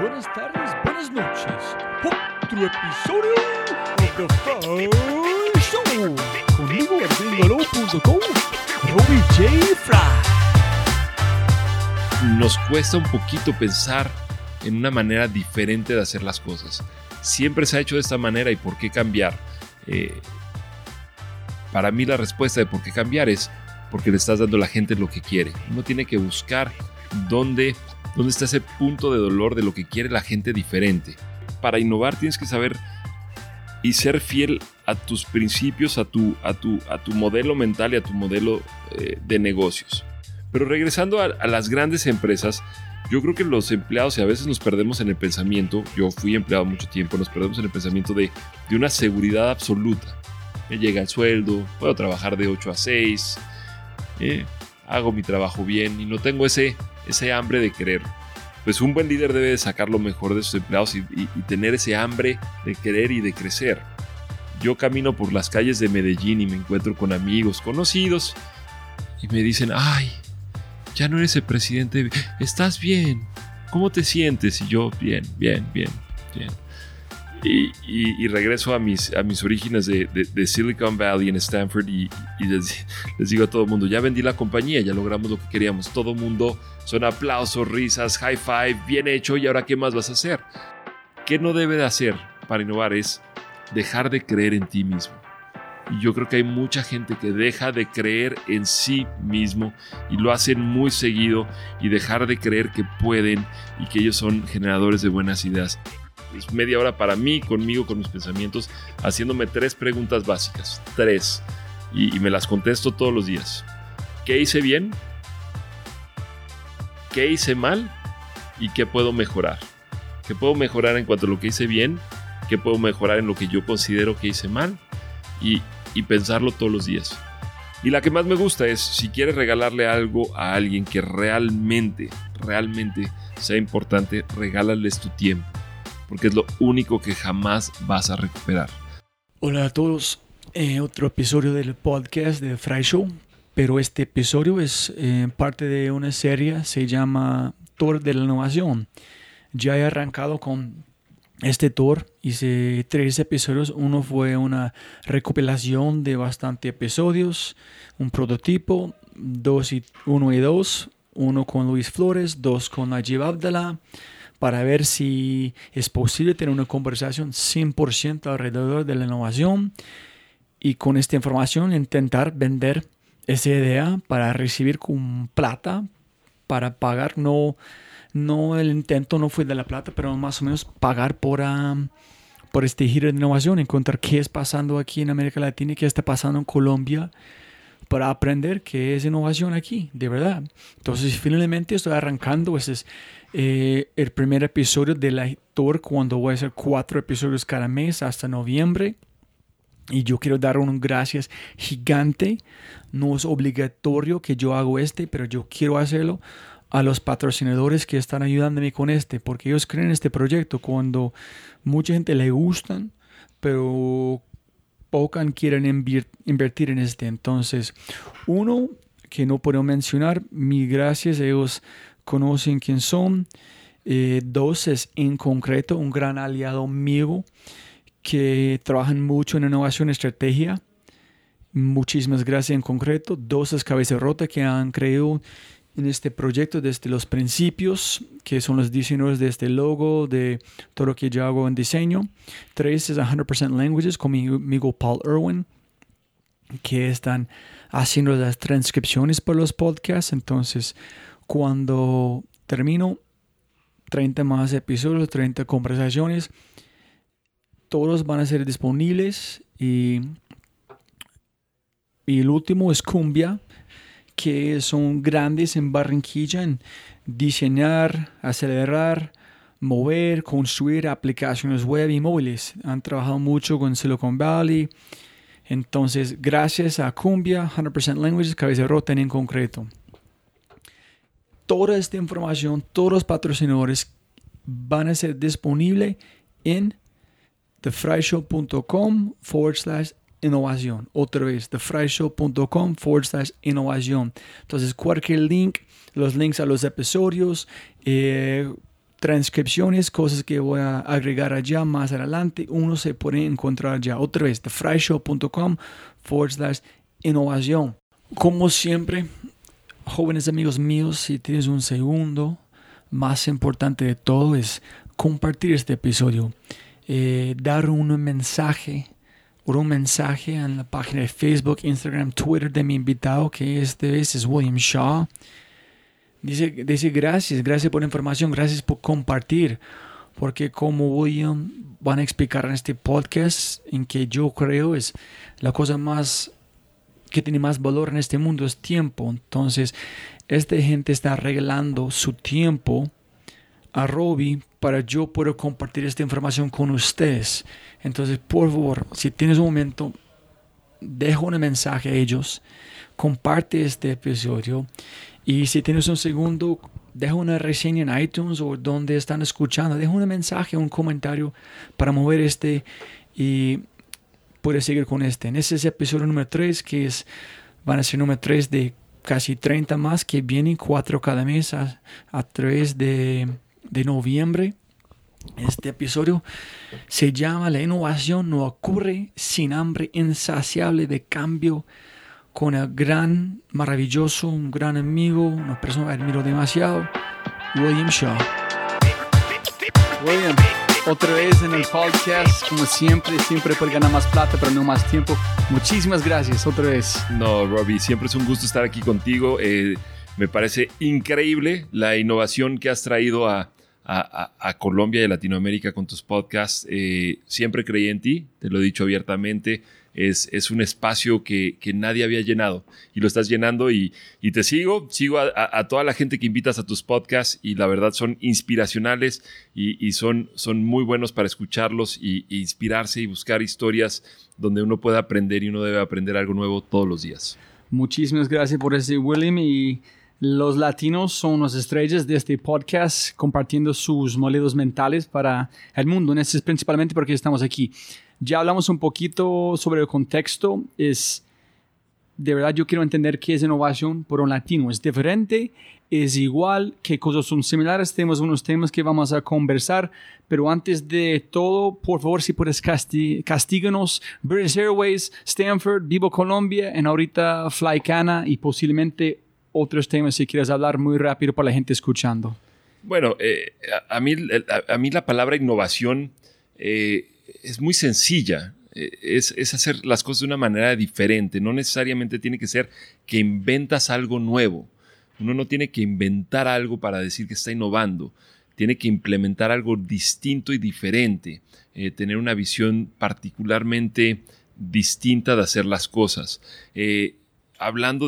buenas tardes, buenas noches. Otro episodio de The Fry Show. Conmigo en gringolo.com, Robbie J. Fry. Nos cuesta un poquito pensar en una manera diferente de hacer las cosas. Siempre se ha hecho de esta manera y ¿por qué cambiar? Para mí la respuesta de por qué cambiar es porque le estás dando a la gente lo que quiere. Uno tiene que buscar dónde está ese punto de dolor de lo que quiere la gente diferente. Para innovar tienes que saber y ser fiel a tus principios, a tu modelo mental y a tu modelo de negocios. Pero regresando a las grandes empresas, yo creo que los empleados, y a veces nos perdemos en el pensamiento, yo fui empleado mucho tiempo, nos perdemos en el pensamiento de una seguridad absoluta. Me llega el sueldo, puedo trabajar de 8 a 6, hago mi trabajo bien y no tengo ese hambre de querer. Pues un buen líder debe de sacar lo mejor de sus empleados y tener ese hambre de querer y de crecer. Yo camino por las calles de Medellín y me encuentro con amigos, conocidos, y me dicen, ay, ya no eres el presidente, ¿estás bien? ¿Cómo te sientes? Y yo, bien. Y regreso a mis orígenes de Silicon Valley en Stanford y les digo a todo el mundo, ya vendí la compañía, ya logramos lo que queríamos. Todo el mundo son aplausos, risas, high five, bien hecho, y ahora ¿qué más vas a hacer? ¿Qué no debe de hacer para innovar? Es dejar de creer en ti mismo. Y yo creo que hay mucha gente que deja de creer en sí mismo y lo hacen muy seguido, y dejar de creer que pueden y que ellos son generadores de buenas ideas. Es media hora para mí, conmigo, con mis pensamientos, haciéndome 3 preguntas básicas. 3. Y me las contesto todos los días. ¿Qué hice bien? ¿Qué hice mal? ¿Y qué puedo mejorar? ¿Qué puedo mejorar en cuanto a lo que hice bien? ¿Qué puedo mejorar en lo que yo considero que hice mal? Y pensarlo todos los días. Y la que más me gusta es, si quieres regalarle algo a alguien que realmente sea importante, regálales tu tiempo, porque es lo único que jamás vas a recuperar. Hola a todos, otro episodio del podcast de Fry Show, pero este episodio es parte de una serie, se llama Tour de la Innovación. Ya he arrancado con este tour, hice 3 episodios. Uno fue una recopilación de bastantes episodios, un prototipo, 1 y 2, uno con Luis Flores, 2 con Najib Abdallah, para ver si es posible tener una conversación 100% alrededor de la innovación, y con esta información intentar vender esa idea para recibir con plata, para pagar, no el intento no fue de la plata, pero más o menos pagar por este giro de innovación, encontrar qué es pasando aquí en América Latina y qué está pasando en Colombia, para aprender qué es innovación aquí, de verdad. Entonces, finalmente estoy arrancando. Ese es el primer episodio de la tour, cuando voy a hacer 4 episodios cada mes hasta noviembre. Y yo quiero dar un gracias gigante. No es obligatorio que yo haga pero yo quiero hacerlo, a los patrocinadores que están ayudándome con porque ellos creen en este proyecto cuando mucha gente le gustan, pero pocos quieren invertir en Entonces, uno que no puedo mencionar, mil gracias, ellos conocen quién son. 2 es En Concreto, un gran aliado mío que trabajan mucho en innovación y estrategia. Muchísimas gracias En Concreto. 2 es Cabeza Rota, que han creído en este proyecto desde los principios, que son los diseñadores de este logo, de todo lo que yo hago en diseño. 3 es 100% Languages, con mi amigo Paul Irwin, que están haciendo las transcripciones para los podcasts. Entonces, cuando termino, 30 más episodios, 30 conversaciones, todos van a ser disponibles. Y el último es Cumbia, que son grandes en Barranquilla en diseñar, acelerar, mover, construir aplicaciones web y móviles. Han trabajado mucho con Silicon Valley. Entonces, gracias a Cumbia, 100% Languages, Cabeza Rota En Concreto. Toda esta información, todos los patrocinadores van a ser disponibles en thefryshow.com/innovación. Otra vez, thefryshow.com/innovación. Entonces, cualquier link, los links a los episodios, transcripciones, cosas que voy a agregar allá más adelante. Uno se puede encontrar allá. Otra vez, thefryshow.com/innovación. Como siempre, jóvenes amigos míos, si tienes un segundo, más importante de todo es compartir este episodio. Dar un mensaje en la página de Facebook, Instagram, Twitter de mi invitado, que esta vez es William Shaw. Dice gracias por la información, gracias por compartir, porque como William van a explicar en este podcast, en que yo creo es la cosa más que tiene más valor en este mundo es tiempo. Entonces, esta gente está regalando su tiempo a Robbie para yo poder compartir esta información con ustedes. Entonces, por favor, si tienes un momento, deja un mensaje a ellos, comparte este episodio, y si tienes un segundo, deja una reseña en iTunes o donde están escuchando, deja un mensaje, un comentario para mover y puedes seguir con este. En ese es el episodio número 3, van a ser número 3 de casi 30 más que vienen, 4 cada mes a través de noviembre. Este episodio se llama La innovación no ocurre sin hambre insaciable de cambio, con el gran, maravilloso, un gran amigo, una persona que admiro demasiado, William Shaw. William, otra vez en el podcast, como siempre por ganar más plata, pero no más tiempo. Muchísimas gracias, otra vez. No, Robbie, siempre es un gusto estar aquí contigo. Me parece increíble la innovación que has traído a Colombia y a Latinoamérica con tus podcasts. Siempre creí en ti, te lo he dicho abiertamente. Es un espacio que nadie había llenado y lo estás llenando, y te sigo a toda la gente que invitas a tus podcasts, y la verdad son inspiracionales y son muy buenos para escucharlos y inspirarse y buscar historias donde uno pueda aprender, y uno debe aprender algo nuevo todos los días. Muchísimas gracias por ese, William, y los latinos son las estrellas de este podcast, compartiendo sus modelos mentales para el mundo. En este es principalmente porque estamos aquí. Ya hablamos un poquito sobre el contexto. De verdad, yo quiero entender qué es innovación por un latino. ¿Es diferente? ¿Es igual? ¿Qué cosas son similares? Tenemos unos temas que vamos a conversar. Pero antes de todo, por favor, si puedes castíganos. British Airways, Stanford, Vivo Colombia, en ahorita Flycana, y posiblemente otros temas si quieres hablar muy rápido para la gente escuchando. Bueno, a mí la palabra innovación es muy sencilla. Es hacer las cosas de una manera diferente. No necesariamente tiene que ser que inventas algo nuevo. Uno no tiene que inventar algo para decir que está innovando. Tiene que implementar algo distinto y diferente. Tener una visión particularmente distinta de hacer las cosas. Hablando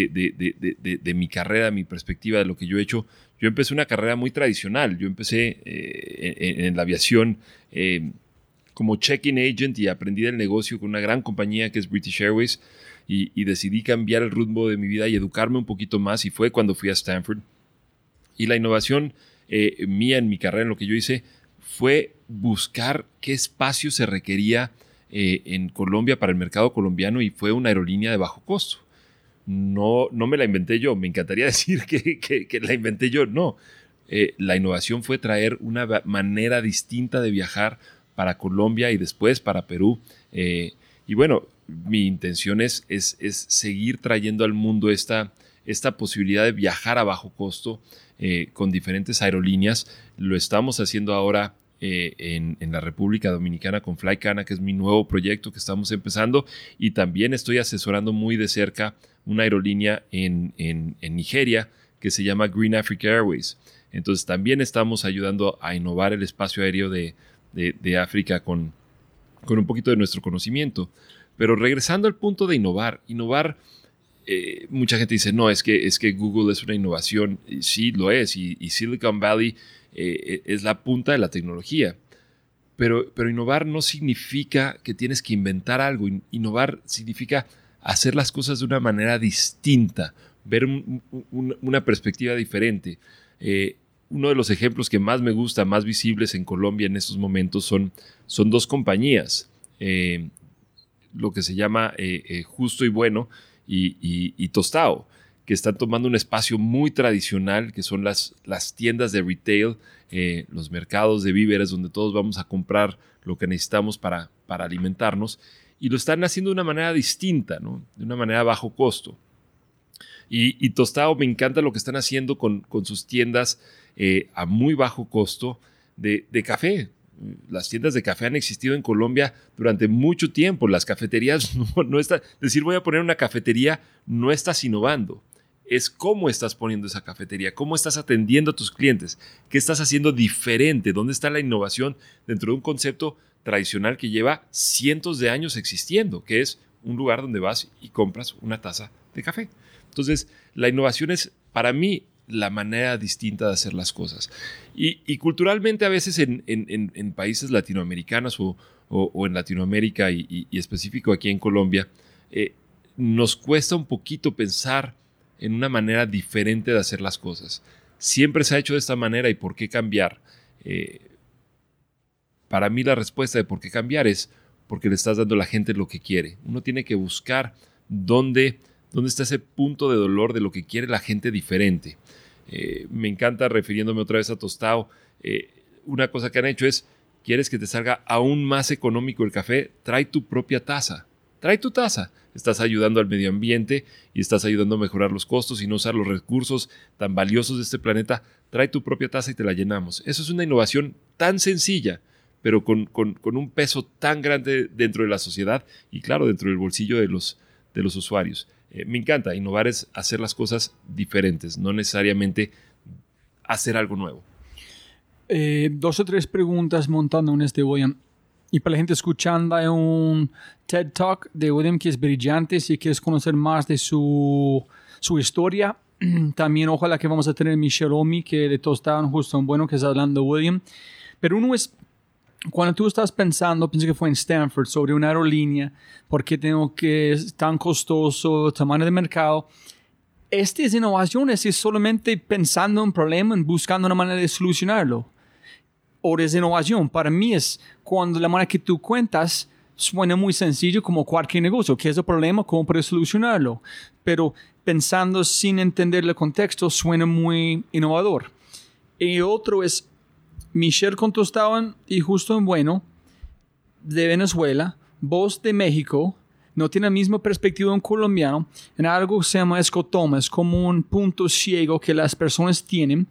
de mi carrera, mi perspectiva, de lo que yo he hecho, yo empecé una carrera muy tradicional. Yo empecé en la aviación como check-in agent, y aprendí del negocio con una gran compañía que es British Airways, y decidí cambiar el rumbo de mi vida y educarme un poquito más, y fue cuando fui a Stanford. Y la innovación mía en mi carrera, en lo que yo hice, fue buscar qué espacio se requería en Colombia para el mercado colombiano, y fue una aerolínea de bajo costo. No me la inventé yo. Me encantaría decir que la inventé yo. No. La innovación fue traer una manera distinta de viajar para Colombia y después para Perú. Y bueno, mi intención es seguir trayendo al mundo esta posibilidad de viajar a bajo costo con diferentes aerolíneas. Lo estamos haciendo ahora en la República Dominicana con Flycana, que es mi nuevo proyecto que estamos empezando, y también estoy asesorando muy de cerca una aerolínea en Nigeria que se llama Green Africa Airways. Entonces también estamos ayudando a innovar el espacio aéreo de África con un poquito de nuestro conocimiento. Pero regresando al punto de innovar, mucha gente dice, no, es que Google es una innovación. Y sí, lo es, y Silicon Valley es la punta de la tecnología. Pero innovar no significa que tienes que inventar algo. Innovar significa hacer las cosas de una manera distinta, ver una perspectiva diferente. Uno de los ejemplos que más me gusta, más visibles en Colombia en estos momentos, son dos compañías. Lo que se llama Justo y Bueno y Tostado, que están tomando un espacio muy tradicional, que son las tiendas de retail, los mercados de víveres donde todos vamos a comprar lo que necesitamos para alimentarnos, y lo están haciendo de una manera distinta, ¿no? De una manera a bajo costo. Y Tostado me encanta lo que están haciendo con sus tiendas a muy bajo costo de café. Las tiendas de café han existido en Colombia durante mucho tiempo. Las cafeterías no están... Decir voy a poner una cafetería, no estás innovando. Es cómo estás poniendo esa cafetería, cómo estás atendiendo a tus clientes, qué estás haciendo diferente, dónde está la innovación dentro de un concepto tradicional que lleva cientos de años existiendo, que es un lugar donde vas y compras una taza de café. Entonces, la innovación es, para mí, la manera distinta de hacer las cosas. Y culturalmente, a veces en países latinoamericanos o en Latinoamérica y específico aquí en Colombia, nos cuesta un poquito pensar en una manera diferente de hacer las cosas. Siempre se ha hecho de esta manera y ¿por qué cambiar? Para mí la respuesta de por qué cambiar es porque le estás dando a la gente lo que quiere. Uno tiene que buscar dónde está ese punto de dolor de lo que quiere la gente diferente. Me encanta, refiriéndome otra vez a Tostado, una cosa que han hecho es, ¿quieres que te salga aún más económico el café? Trae tu propia taza. Trae tu taza. Estás ayudando al medio ambiente y estás ayudando a mejorar los costos y no usar los recursos tan valiosos de este planeta. Trae tu propia taza y te la llenamos. Eso es una innovación tan sencilla, pero con un peso tan grande dentro de la sociedad y, claro, dentro del bolsillo de los usuarios. Me encanta. Innovar es hacer las cosas diferentes, no necesariamente hacer algo nuevo. 2 o 3 preguntas montando en este, William. Y para la gente escuchando, hay un TED Talk de William que es brillante. Si quieres conocer más de su historia, también ojalá que vamos a tener Michelle Omi, que de Tostado justo un bueno que está hablando William. Pero uno es, cuando tú estás pensando, pienso que fue en Stanford, sobre una aerolínea, ¿por qué es tan costoso, tamaño de mercado? Estas innovaciones es solamente pensando en un problema, buscando una manera de solucionarlo. O de innovación, para mí es cuando la manera que tú cuentas suena muy sencillo como cualquier negocio. ¿Qué es el problema? ¿Cómo puedes solucionarlo? Pero pensando sin entender el contexto suena muy innovador. Y otro es Michelle con Tostado y Justo en Bueno de Venezuela, vos de México, no tiene la misma perspectiva de un colombiano en algo que se llama escotoma, es como un punto ciego que las personas tienen.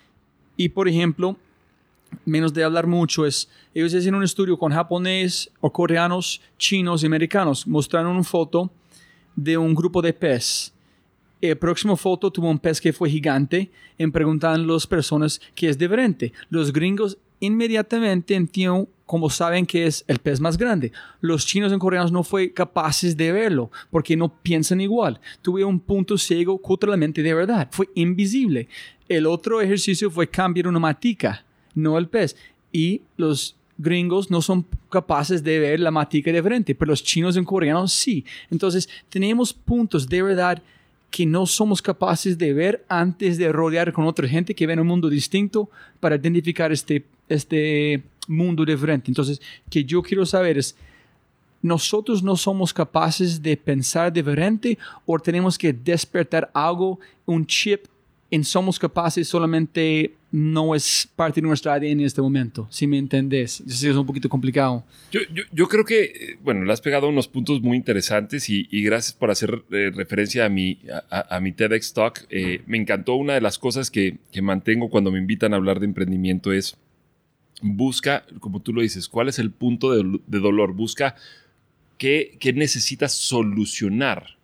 Y por ejemplo, menos de hablar mucho, ellos hicieron un estudio con japonés o coreanos, chinos y americanos, mostraron una foto de un grupo de pez. La próxima foto tuvo un pez que fue gigante y preguntaban a las personas qué es diferente. Los gringos inmediatamente entienden cómo saben que es el pez más grande. Los chinos y coreanos no fueron capaces de verlo porque no piensan igual. Tuve un punto ciego culturalmente de verdad. Fue invisible. El otro ejercicio fue cambiar una matica, no el pez. Y los gringos no son capaces de ver la matica diferente, pero los chinos y coreanos sí. Entonces, tenemos puntos de verdad que no somos capaces de ver antes de rodear con otra gente que ven un mundo distinto para identificar este mundo diferente. Entonces, que yo quiero saber es, ¿nosotros no somos capaces de pensar diferente o tenemos que despertar algo, un chip, en somos capaces solamente no es parte de nuestra ADN en este momento? Si me entendés. Yo sé que es un poquito complicado. Yo creo que, bueno, le has pegado unos puntos muy interesantes y gracias por hacer referencia a mi TEDx Talk. Me encantó. Una de las cosas que mantengo cuando me invitan a hablar de emprendimiento es busca, como tú lo dices, cuál es el punto de dolor. Busca qué necesitas solucionar.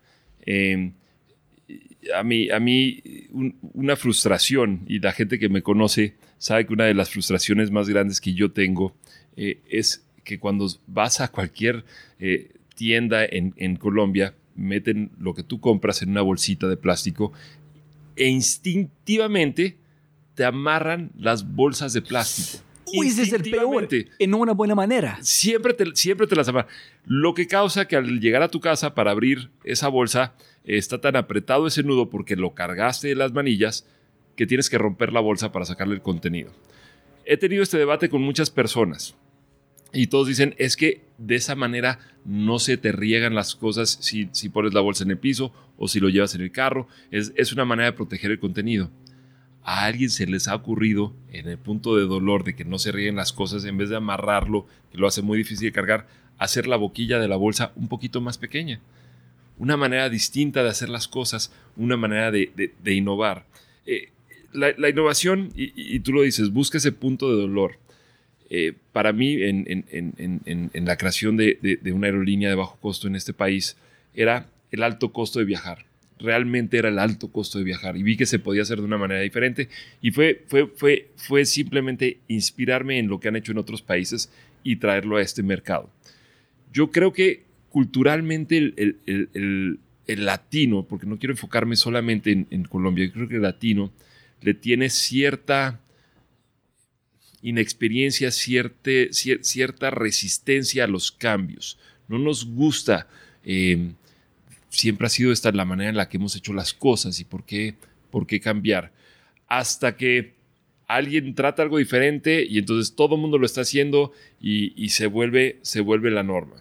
A mí una frustración, y la gente que me conoce sabe que una de las frustraciones más grandes que yo tengo es que cuando vas a cualquier tienda en Colombia, meten lo que tú compras en una bolsita de plástico e instintivamente te amarran las bolsas de plástico. Uy, ese es el peor, en una buena manera. Siempre te las amarran. Lo que causa que al llegar a tu casa para abrir esa bolsa, está tan apretado ese nudo porque lo cargaste de las manillas que tienes que romper la bolsa para sacarle el contenido. He tenido este debate con muchas personas y todos dicen, es que de esa manera no se te riegan las cosas si pones la bolsa en el piso o si lo llevas en el carro. Es una manera de proteger el contenido. A alguien se les ha ocurrido, en el punto de dolor de que no se rieguen las cosas, en vez de amarrarlo, que lo hace muy difícil de cargar, hacer la boquilla de la bolsa un poquito más pequeña. Una manera distinta de hacer las cosas, una manera de innovar. La innovación, y tú lo dices, busca ese punto de dolor. Para mí, en la creación de una aerolínea de bajo costo en este país, era el alto costo de viajar. Realmente era el alto costo de viajar y vi que se podía hacer de una manera diferente y fue simplemente inspirarme en lo que han hecho en otros países y traerlo a este mercado. Yo creo que culturalmente el latino, porque no quiero enfocarme solamente en Colombia, yo creo que el latino le tiene cierta inexperiencia, cierta resistencia a los cambios. No nos gusta. Siempre ha sido esta la manera en la que hemos hecho las cosas y por qué cambiar. Hasta que alguien trata algo diferente y entonces todo el mundo lo está haciendo y se vuelve la norma.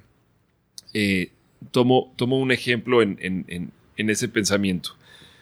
Tomo un ejemplo en ese pensamiento.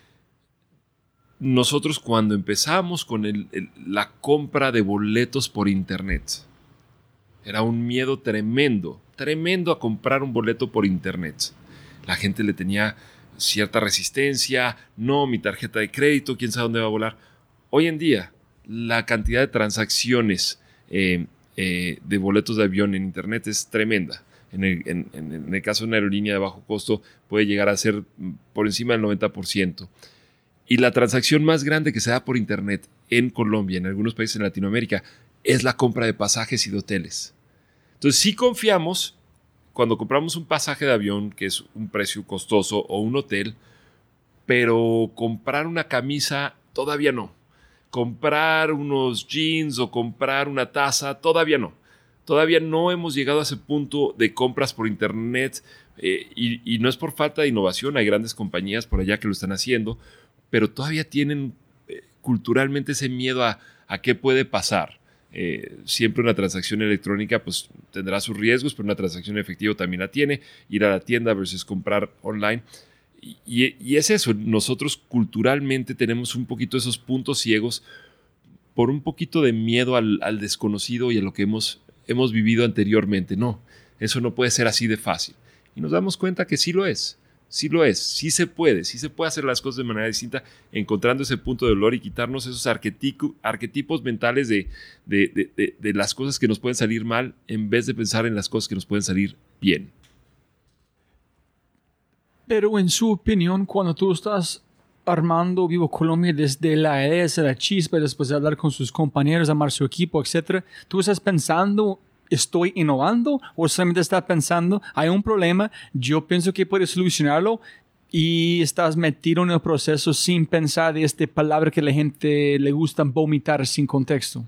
Nosotros cuando empezamos con la compra de boletos por internet, era un miedo tremendo a comprar un boleto por internet. La gente le tenía cierta resistencia, no, mi tarjeta de crédito, quién sabe dónde va a volar. Hoy en día, la cantidad de transacciones de boletos de avión en internet es tremenda. En el caso de una aerolínea de bajo costo puede llegar a ser por encima del 90%. Y la transacción más grande que se da por internet en Colombia, en algunos países en Latinoamérica, es la compra de pasajes y de hoteles. Entonces, sí confiamos cuando compramos un pasaje de avión, que es un precio costoso, o un hotel, pero comprar una camisa todavía no. Comprar unos jeans o comprar una taza todavía no. Todavía no hemos llegado a ese punto de compras por internet y no es por falta de innovación. Hay grandes compañías por allá que lo están haciendo, pero todavía tienen culturalmente ese miedo a qué puede pasar. Siempre una transacción electrónica pues tendrá sus riesgos, pero una transacción en efectivo también la tiene. Ir a la tienda versus comprar online. Y es eso, nosotros culturalmente tenemos un poquito esos puntos ciegos por un poquito de miedo al desconocido y a lo que hemos vivido anteriormente. No, eso no puede ser así de fácil. Y nos damos cuenta que sí lo es. Sí lo es, sí se puede hacer las cosas de manera distinta, encontrando ese punto de dolor y quitarnos esos arquetipos mentales de las cosas que nos pueden salir mal en vez de pensar en las cosas que nos pueden salir bien. Pero en su opinión, cuando tú estás armando Vivo Colombia desde la idea, desde la chispa, después de hablar con sus compañeros, armar su equipo, etc., tú estás pensando, ¿estoy innovando? ¿O solamente estás pensando, hay un problema, yo pienso que puedo solucionarlo y estás metido en el proceso sin pensar de esta palabra que a la gente le gusta vomitar sin contexto?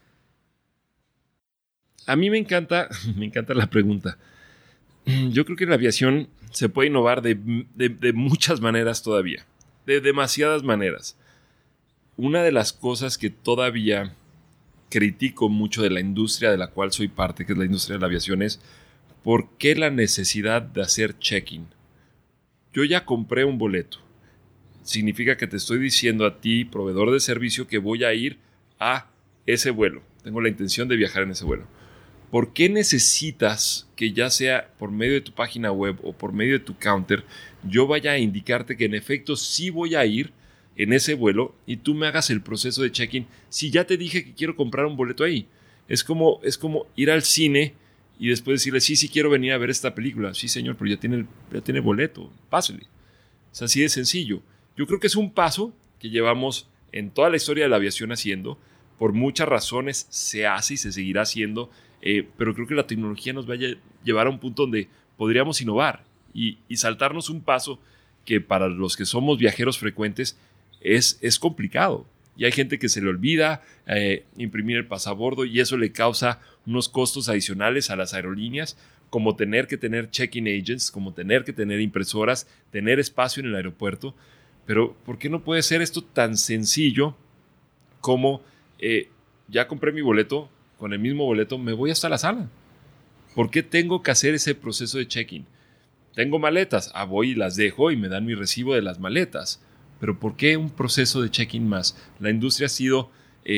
A mí me encanta la pregunta. Yo creo que en la aviación se puede innovar de muchas maneras todavía, de demasiadas maneras. Una de las cosas que todavía critico mucho de la industria de la cual soy parte, que es la industria de la aviación, es ¿por qué la necesidad de hacer check-in? Yo ya compré un boleto. Significa que te estoy diciendo a ti, proveedor de servicio, que voy a ir a ese vuelo. Tengo la intención de viajar en ese vuelo. ¿Por qué necesitas que ya sea por medio de tu página web o por medio de tu counter, yo vaya a indicarte que en efecto sí voy a ir en ese vuelo y tú me hagas el proceso de check-in si ya te dije que quiero comprar un boleto ahí? Es como ir al cine y después decirle, sí quiero venir a ver esta película. Sí, señor, pero ya tiene boleto, pásale. Es así de sencillo. Yo creo que es un paso que llevamos en toda la historia de la aviación haciendo. Por muchas razones se hace y se seguirá haciendo, pero creo que la tecnología nos va a llevar a un punto donde podríamos innovar y saltarnos un paso que para los que somos viajeros frecuentes es complicado. Y hay gente que se le olvida imprimir el pasabordo y eso le causa unos costos adicionales a las aerolíneas, como tener que tener check-in agents, como tener que tener impresoras, tener espacio en el aeropuerto. Pero ¿por qué no puede ser esto tan sencillo como ya compré mi boleto, con el mismo boleto me voy hasta la sala? ¿Por qué tengo que hacer ese proceso de check-in? Tengo maletas, voy y las dejo y me dan mi recibo de las maletas. Pero ¿por qué un proceso de check-in más? La industria ha sido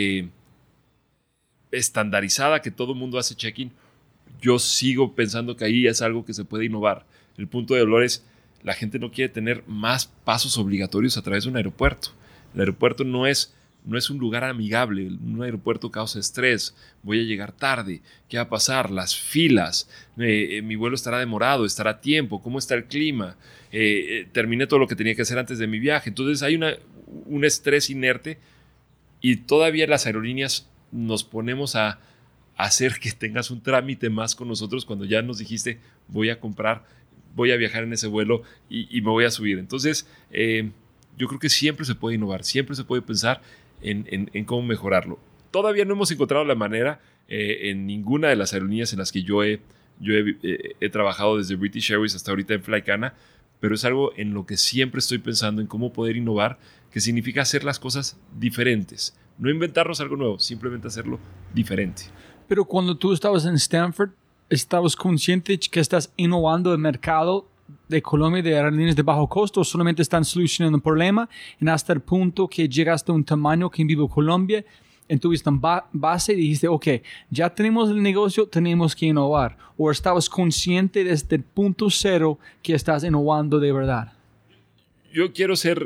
estandarizada, que todo el mundo hace check-in. Yo sigo pensando que ahí es algo que se puede innovar. El punto de dolor es, la gente no quiere tener más pasos obligatorios a través de un aeropuerto. El aeropuerto no es un lugar amigable. Un aeropuerto causa estrés. Voy a llegar tarde. ¿Qué va a pasar? Las filas. Mi vuelo estará demorado. ¿Estará a tiempo? ¿Cómo está el clima? Terminé todo lo que tenía que hacer antes de mi viaje. Entonces hay un estrés inerte y todavía las aerolíneas nos ponemos a hacer que tengas un trámite más con nosotros cuando ya nos dijiste voy a viajar en ese vuelo y me voy a subir. Entonces, yo creo que siempre se puede innovar, siempre se puede pensar en cómo mejorarlo. Todavía no hemos encontrado la manera en ninguna de las aerolíneas en las que yo he trabajado desde British Airways hasta ahorita en Flycana, pero es algo en lo que siempre estoy pensando en cómo poder innovar, que significa hacer las cosas diferentes. No inventarnos algo nuevo, simplemente hacerlo diferente. Pero cuando tú estabas en Stanford, ¿estabas consciente que estás innovando el mercado de Colombia de aerolíneas de bajo costo o solamente están solucionando un problema en hasta el punto que llegaste a un tamaño que en Vivo Colombia, tuviste una base y dijiste, ok, ya tenemos el negocio, tenemos que innovar? ¿O estabas consciente desde el punto cero que estás innovando de verdad? Yo quiero ser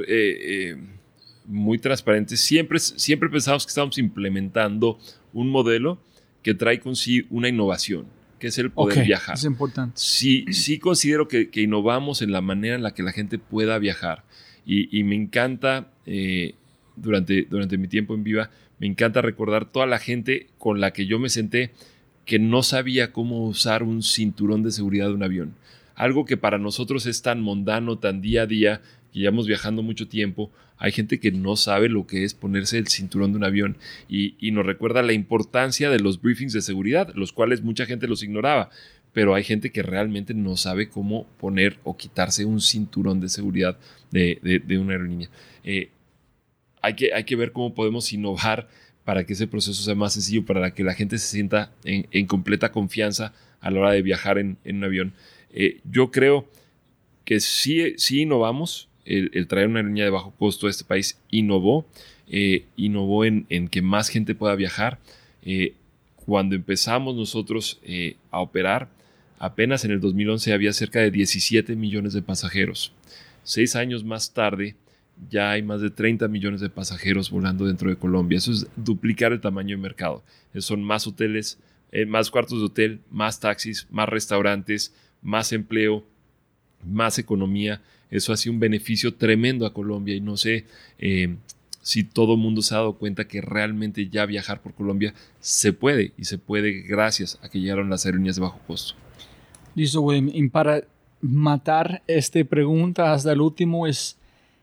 muy transparente. Siempre pensamos que estamos implementando un modelo que trae consigo una innovación, que es el poder viajar. Es importante. Sí considero que innovamos en la manera en la que la gente pueda viajar. Y me encanta, durante mi tiempo en Viva, me encanta recordar toda la gente con la que yo me senté que no sabía cómo usar un cinturón de seguridad de un avión. Algo que para nosotros es tan mundano, tan día a día, que llevamos viajando mucho tiempo. Hay gente que no sabe lo que es ponerse el cinturón de un avión y nos recuerda la importancia de los briefings de seguridad, los cuales mucha gente los ignoraba, pero hay gente que realmente no sabe cómo poner o quitarse un cinturón de seguridad de una aerolínea. Hay que ver cómo podemos innovar para que ese proceso sea más sencillo, para que la gente se sienta en completa confianza a la hora de viajar en un avión. Yo creo que sí innovamos. El traer una aerolínea de bajo costo a este país innovó en que más gente pueda viajar. Cuando empezamos nosotros a operar, apenas en el 2011 había cerca de 17 millones de pasajeros. 6 años más tarde ya hay más de 30 millones de pasajeros volando dentro de Colombia. Eso es duplicar el tamaño de mercado. Son más hoteles, más cuartos de hotel, más taxis, más restaurantes, más empleo, más economía. Eso ha sido un beneficio tremendo a Colombia y no sé si todo el mundo se ha dado cuenta que realmente ya viajar por Colombia se puede y se puede gracias a que llegaron las aerolíneas de bajo costo. Listo, William. Y para matar esta pregunta hasta el último es,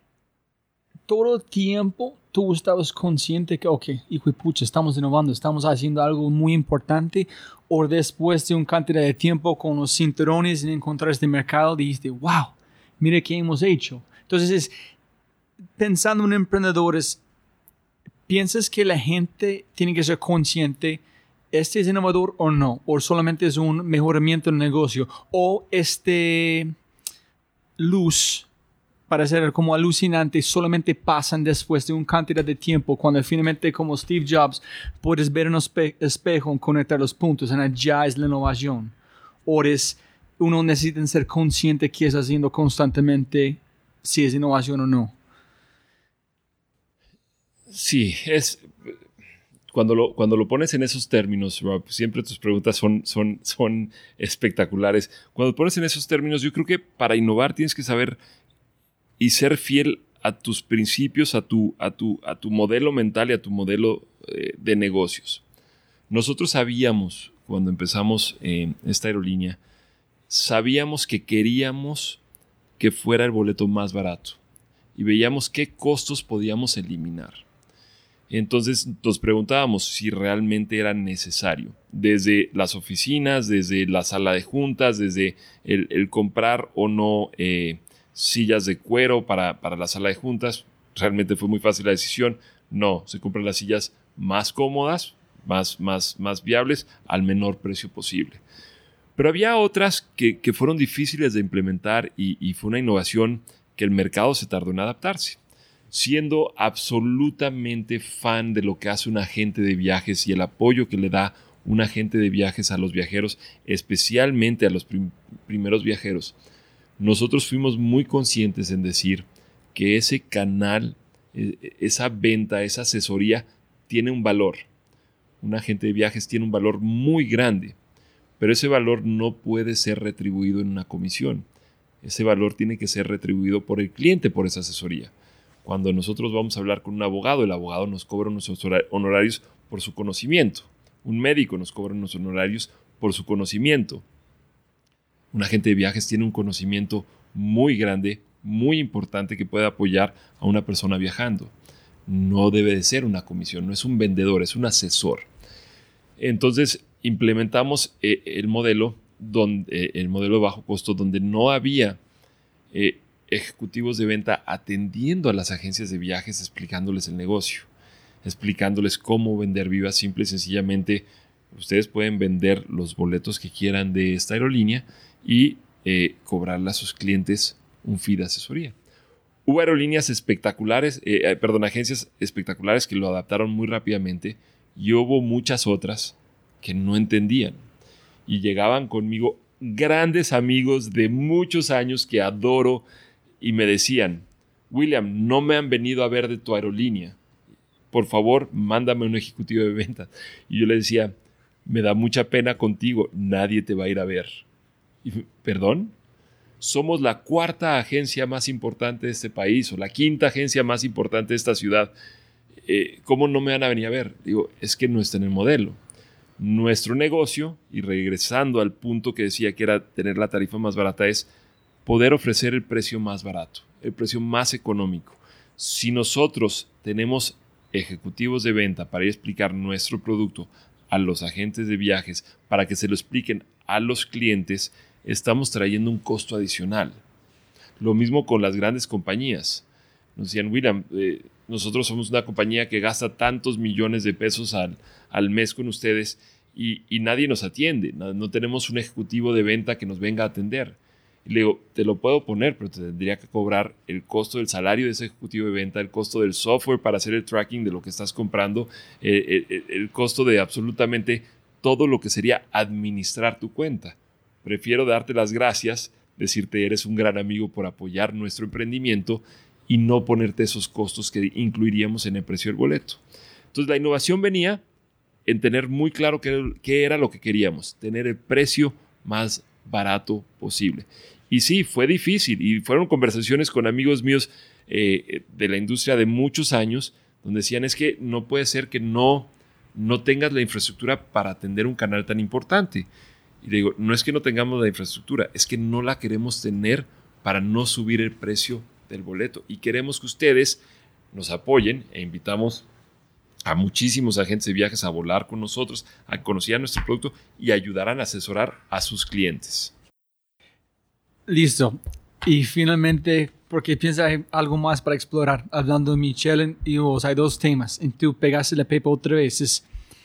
todo el tiempo tú estabas consciente que, ok, hijo de pucha, estamos innovando, estamos haciendo algo muy importante, o después de un cantidad de tiempo con los cinturones y encontrar este mercado dijiste, wow, mire qué hemos hecho. Entonces, pensando en emprendedores, ¿piensas que la gente tiene que ser consciente, este es innovador o no? ¿O solamente es un mejoramiento del negocio? ¿O luz, para ser como alucinante, solamente pasan después de un cantidad de tiempo, cuando finalmente, como Steve Jobs, puedes ver en un espejo y conectar los puntos, y ya es la innovación? ¿O uno necesita ser consciente que está haciendo constantemente si es innovación o no? Sí, cuando lo pones en esos términos, Rob, siempre tus preguntas son espectaculares. Cuando lo pones en esos términos, yo creo que para innovar tienes que saber y ser fiel a tus principios, a tu modelo mental y a tu modelo de negocios. Nosotros sabíamos, cuando empezamos esta aerolínea, sabíamos que queríamos que fuera el boleto más barato y veíamos qué costos podíamos eliminar. Entonces nos preguntábamos si realmente era necesario, desde las oficinas, desde la sala de juntas, desde el comprar o no sillas de cuero para la sala de juntas. Realmente fue muy fácil la decisión. No, se compran las sillas más cómodas, más viables, al menor precio posible. Pero había otras que fueron difíciles de implementar y fue una innovación que el mercado se tardó en adaptarse. Siendo absolutamente fan de lo que hace un agente de viajes y el apoyo que le da un agente de viajes a los viajeros, especialmente a los primeros viajeros, nosotros fuimos muy conscientes en decir que ese canal, esa venta, esa asesoría tiene un valor. Un agente de viajes tiene un valor muy grande, pero ese valor no puede ser retribuido en una comisión. Ese valor tiene que ser retribuido por el cliente por esa asesoría. Cuando nosotros vamos a hablar con un abogado, el abogado nos cobra unos honorarios por su conocimiento. Un médico nos cobra unos honorarios por su conocimiento. Un agente de viajes tiene un conocimiento muy grande, muy importante que puede apoyar a una persona viajando. No debe de ser una comisión, no es un vendedor, es un asesor. Entonces implementamos el modelo de bajo costo donde no había ejecutivos de venta atendiendo a las agencias de viajes, explicándoles el negocio, explicándoles cómo vender Viva. Simple y sencillamente ustedes pueden vender los boletos que quieran de esta aerolínea y cobrarle a sus clientes un fee de asesoría. Hubo aerolíneas espectaculares, agencias espectaculares que lo adaptaron muy rápidamente, y hubo muchas otras que no entendían. Y llegaban conmigo grandes amigos de muchos años que adoro y me decían: William, no me han venido a ver de tu aerolínea. Por favor, mándame un ejecutivo de ventas. Y yo le decía: me da mucha pena contigo, nadie te va a ir a ver. Y, ¿perdón? Somos la 4ª agencia más importante de este país o la 5ª agencia más importante de esta ciudad. ¿Cómo no me van a venir a ver? Digo, es que no está en el modelo. Nuestro negocio, y regresando al punto que decía que era tener la tarifa más barata, es poder ofrecer el precio más barato, el precio más económico. Si nosotros tenemos ejecutivos de venta para ir a explicar nuestro producto a los agentes de viajes, para que se lo expliquen a los clientes, estamos trayendo un costo adicional. Lo mismo con las grandes compañías. Nos decían: William, nosotros somos una compañía que gasta tantos millones de pesos al mes con ustedes y nadie nos atiende. No tenemos un ejecutivo de venta que nos venga a atender. Y le digo: te lo puedo poner, pero te tendría que cobrar el costo del salario de ese ejecutivo de venta, el costo del software para hacer el tracking de lo que estás comprando, el costo de absolutamente todo lo que sería administrar tu cuenta. Prefiero darte las gracias, decirte eres un gran amigo por apoyar nuestro emprendimiento y no ponerte esos costos que incluiríamos en el precio del boleto. Entonces la innovación venía en tener muy claro qué era lo que queríamos, tener el precio más barato posible. Y sí, fue difícil y fueron conversaciones con amigos míos de la industria de muchos años donde decían: es que no puede ser que no tengas la infraestructura para atender un canal tan importante. Y le digo: no es que no tengamos la infraestructura, es que no la queremos tener para no subir el precio del boleto. Y queremos que ustedes nos apoyen e invitamos a muchísimos agentes de viajes a volar con nosotros, a conocer nuestro producto y ayudarán a asesorar a sus clientes. Listo. Y finalmente, porque piensa hay algo más para explorar. Hablando de Michelle y vos, hay 2 temas. Y tú pegaste la pepa otra vez.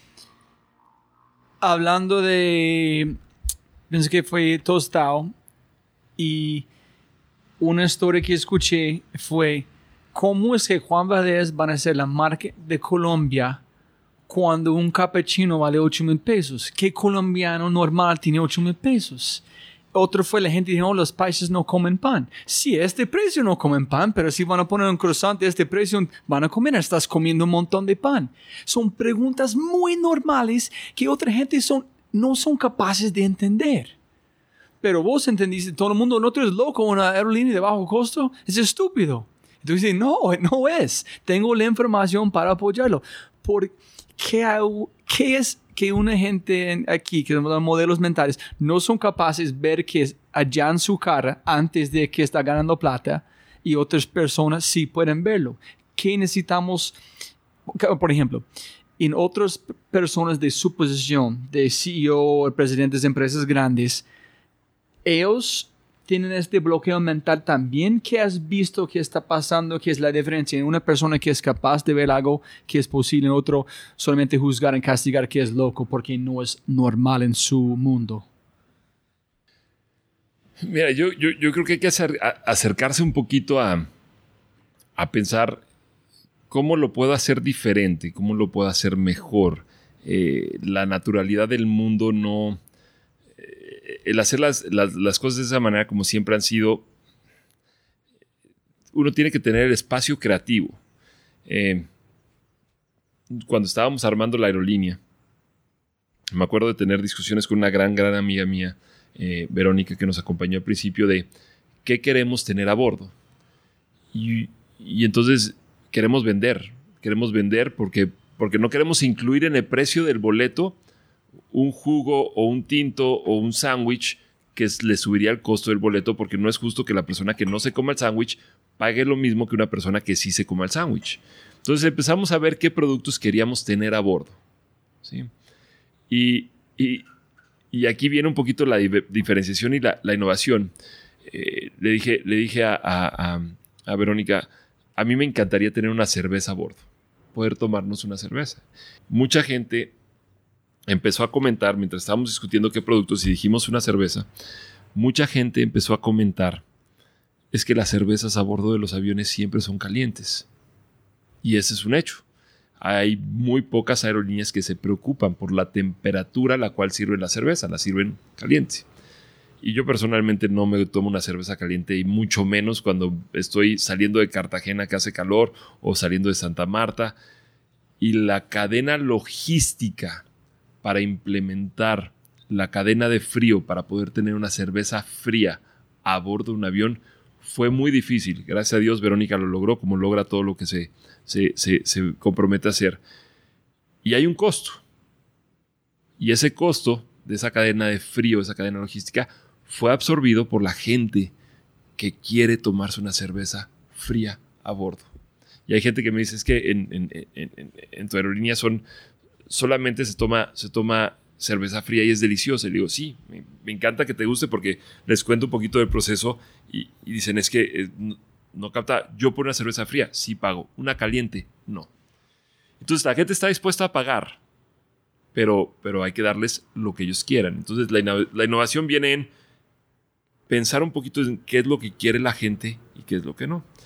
Hablando de... Pienso que fue Tostado. Y una historia que escuché fue: ¿cómo es que Juan Valdez van a ser la marca de Colombia cuando un cappuccino vale 8,000 pesos? ¿Qué colombiano normal tiene 8,000 pesos? Otro fue la gente dijo: los paisas no comen pan. Sí, este precio no comen pan, pero si van a poner un croissant de este precio, van a comer. Estás comiendo un montón de pan. Son preguntas muy normales que otra gente no son capaces de entender. Pero vos entendiste, todo el mundo: no, tú eres loco, una aerolínea de bajo costo, es estúpido. Entonces, no es. Tengo la información para apoyarlo. ¿Por qué es que una gente aquí, que son modelos mentales, no son capaces de ver que es allá en su cara antes de que está ganando plata y otras personas sí pueden verlo? ¿Qué necesitamos? Por ejemplo, en otras personas de su posición, de CEO, presidentes de empresas grandes, ellos tienen este bloqueo mental también. ¿Qué has visto que está pasando? ¿Qué es la diferencia en una persona que es capaz de ver algo que es posible, en otro solamente juzgar y castigar que es loco porque no es normal en su mundo? Mira, yo creo que hay que acercarse un poquito a pensar cómo lo puedo hacer diferente, cómo lo puedo hacer mejor. La naturalidad del mundo no... el hacer las cosas de esa manera como siempre han sido, uno tiene que tener el espacio creativo. Cuando estábamos armando la aerolínea, me acuerdo de tener discusiones con una gran amiga mía, Verónica, que nos acompañó al principio, de qué queremos tener a bordo. Y entonces queremos vender porque no queremos incluir en el precio del boleto un jugo o un tinto o un sándwich que le subiría el costo del boleto, porque no es justo que la persona que no se coma el sándwich pague lo mismo que una persona que sí se coma el sándwich. Entonces empezamos a ver qué productos queríamos tener a bordo, ¿sí? Y aquí viene un poquito la diferenciación y la innovación. Le dije a Verónica, a mí me encantaría tener una cerveza a bordo, poder tomarnos una cerveza. Mucha gente empezó a comentar, mientras estábamos discutiendo qué productos y dijimos una cerveza, mucha gente empezó a comentar, es que las cervezas a bordo de los aviones siempre son calientes. Y ese es un hecho. Hay muy pocas aerolíneas que se preocupan por la temperatura a la cual sirven la cerveza, la sirven caliente. Y yo personalmente no me tomo una cerveza caliente, y mucho menos cuando estoy saliendo de Cartagena que hace calor o saliendo de Santa Marta. Y la cadena logística para implementar la cadena de frío para poder tener una cerveza fría a bordo de un avión fue muy difícil. Gracias a Dios Verónica lo logró, como logra todo lo que se compromete a hacer. Y hay un costo. Y ese costo de esa cadena de frío, esa cadena logística, fue absorbido por la gente que quiere tomarse una cerveza fría a bordo. Y hay gente que me dice, es que en tu aerolínea solamente se toma cerveza fría y es deliciosa. Y le digo, sí, me encanta que te guste, porque les cuento un poquito del proceso y dicen, es que no capta, yo por una cerveza fría sí pago, una caliente no. Entonces la gente está dispuesta a pagar, pero hay que darles lo que ellos quieran. Entonces la innovación viene en pensar un poquito en qué es lo que quiere la gente y qué es lo que no.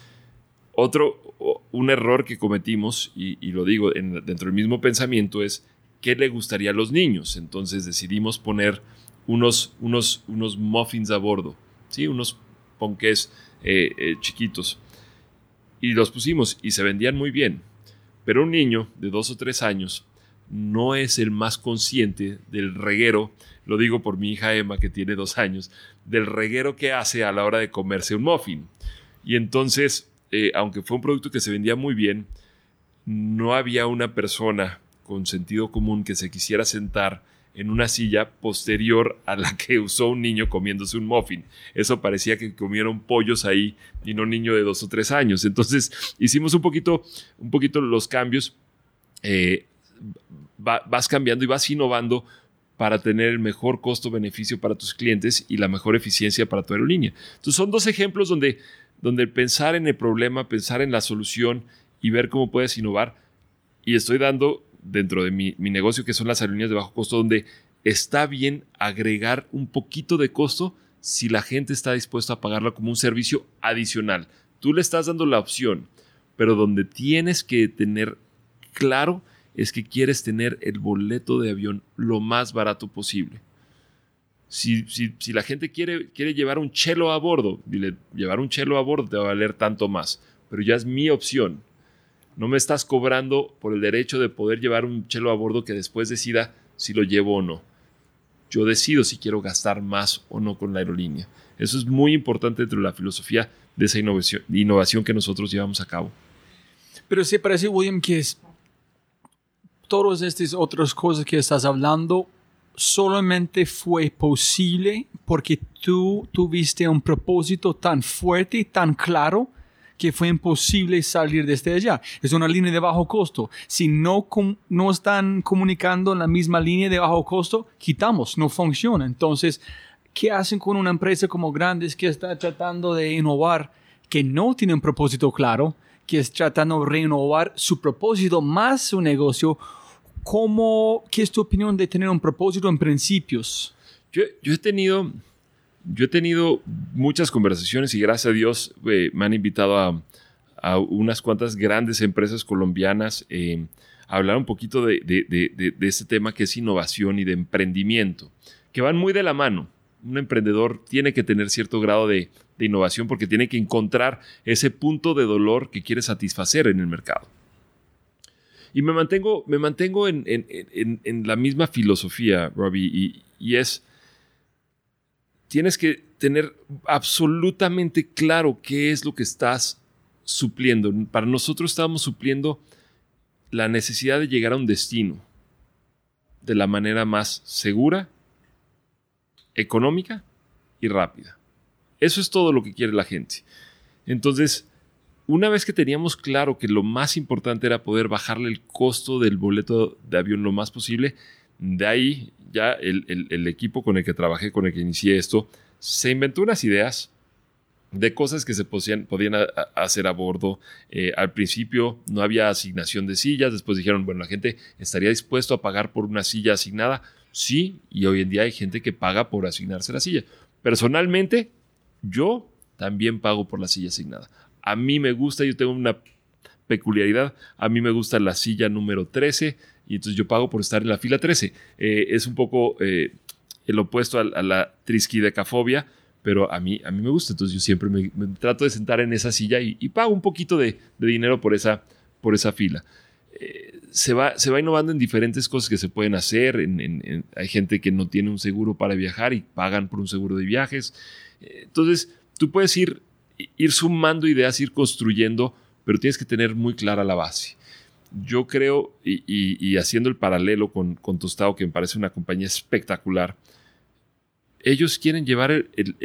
Un error que cometimos, y lo digo dentro del mismo pensamiento, es qué le gustaría a los niños. Entonces decidimos poner unos muffins a bordo, ¿sí? Unos ponqués chiquitos, y los pusimos y se vendían muy bien. Pero un niño de 2 o 3 años no es el más consciente del reguero, lo digo por mi hija Emma, que tiene 2 años, del reguero que hace a la hora de comerse un muffin. Y entonces, aunque fue un producto que se vendía muy bien, no había una persona con sentido común que se quisiera sentar en una silla posterior a la que usó un niño comiéndose un muffin. Eso parecía que comieron pollos ahí y no un niño de 2 o 3 años. Entonces hicimos un poquito los cambios. Vas cambiando y vas innovando para tener el mejor costo-beneficio para tus clientes y la mejor eficiencia para tu aerolínea. Entonces son 2 ejemplos donde pensar en el problema, pensar en la solución y ver cómo puedes innovar. Y estoy dando dentro de mi negocio, que son las aerolíneas de bajo costo, donde está bien agregar un poquito de costo si la gente está dispuesta a pagarlo como un servicio adicional. Tú le estás dando la opción, pero donde tienes que tener claro es que quieres tener el boleto de avión lo más barato posible. Si la gente quiere llevar un chelo a bordo, dile, llevar un chelo a bordo te va a valer tanto más, pero ya es mi opción. No me estás cobrando por el derecho de poder llevar un chelo a bordo que después decida si lo llevo o no. Yo decido si quiero gastar más o no con la aerolínea. Eso es muy importante dentro de la filosofía de esa innovación que nosotros llevamos a cabo. Pero sí parece, William, que todas estas otras cosas que estás hablando solamente fue posible porque tú tuviste un propósito tan fuerte, tan claro, que fue imposible salir desde allá. Es una línea de bajo costo. Si no están comunicando en la misma línea de bajo costo, quitamos, no funciona. Entonces, ¿qué hacen con una empresa como Grandes que está tratando de innovar, que no tiene un propósito claro, que está tratando de renovar su propósito más su negocio? ¿Qué es tu opinión de tener un propósito en principios? Yo he tenido Yo he tenido muchas conversaciones y gracias a Dios me han invitado a unas cuantas grandes empresas colombianas a hablar un poquito de este tema que es innovación y de emprendimiento, que van muy de la mano. Un emprendedor tiene que tener cierto grado de innovación porque tiene que encontrar ese punto de dolor que quiere satisfacer en el mercado. Y me mantengo en la misma filosofía, Robbie, y es, tienes que tener absolutamente claro qué es lo que estás supliendo. Para nosotros estábamos supliendo la necesidad de llegar a un destino de la manera más segura, económica y rápida. Eso es todo lo que quiere la gente. Entonces, una vez que teníamos claro que lo más importante era poder bajarle el costo del boleto de avión lo más posible, de ahí ya el equipo con el que trabajé, con el que inicié esto, se inventó unas ideas de cosas que se podían hacer a bordo. Al principio no había asignación de sillas, después dijeron, bueno, la gente estaría dispuesto a pagar por una silla asignada. Sí, y hoy en día hay gente que paga por asignarse la silla. Personalmente, yo también pago por la silla asignada. A mí me gusta, yo tengo una peculiaridad, a mí me gusta la silla número 13 y entonces yo pago por estar en la fila 13. Es un poco el opuesto a la trisquidecafobia, pero a mí me gusta, entonces yo siempre me trato de sentar en esa silla y pago un poquito de dinero por esa fila. Se va innovando en diferentes cosas que se pueden hacer. Hay gente que no tiene un seguro para viajar y pagan por un seguro de viajes. Entonces, tú puedes ir sumando ideas, ir construyendo, pero tienes que tener muy clara la base. Yo creo, y haciendo el paralelo con Tostado, que me parece una compañía espectacular, ellos quieren llevar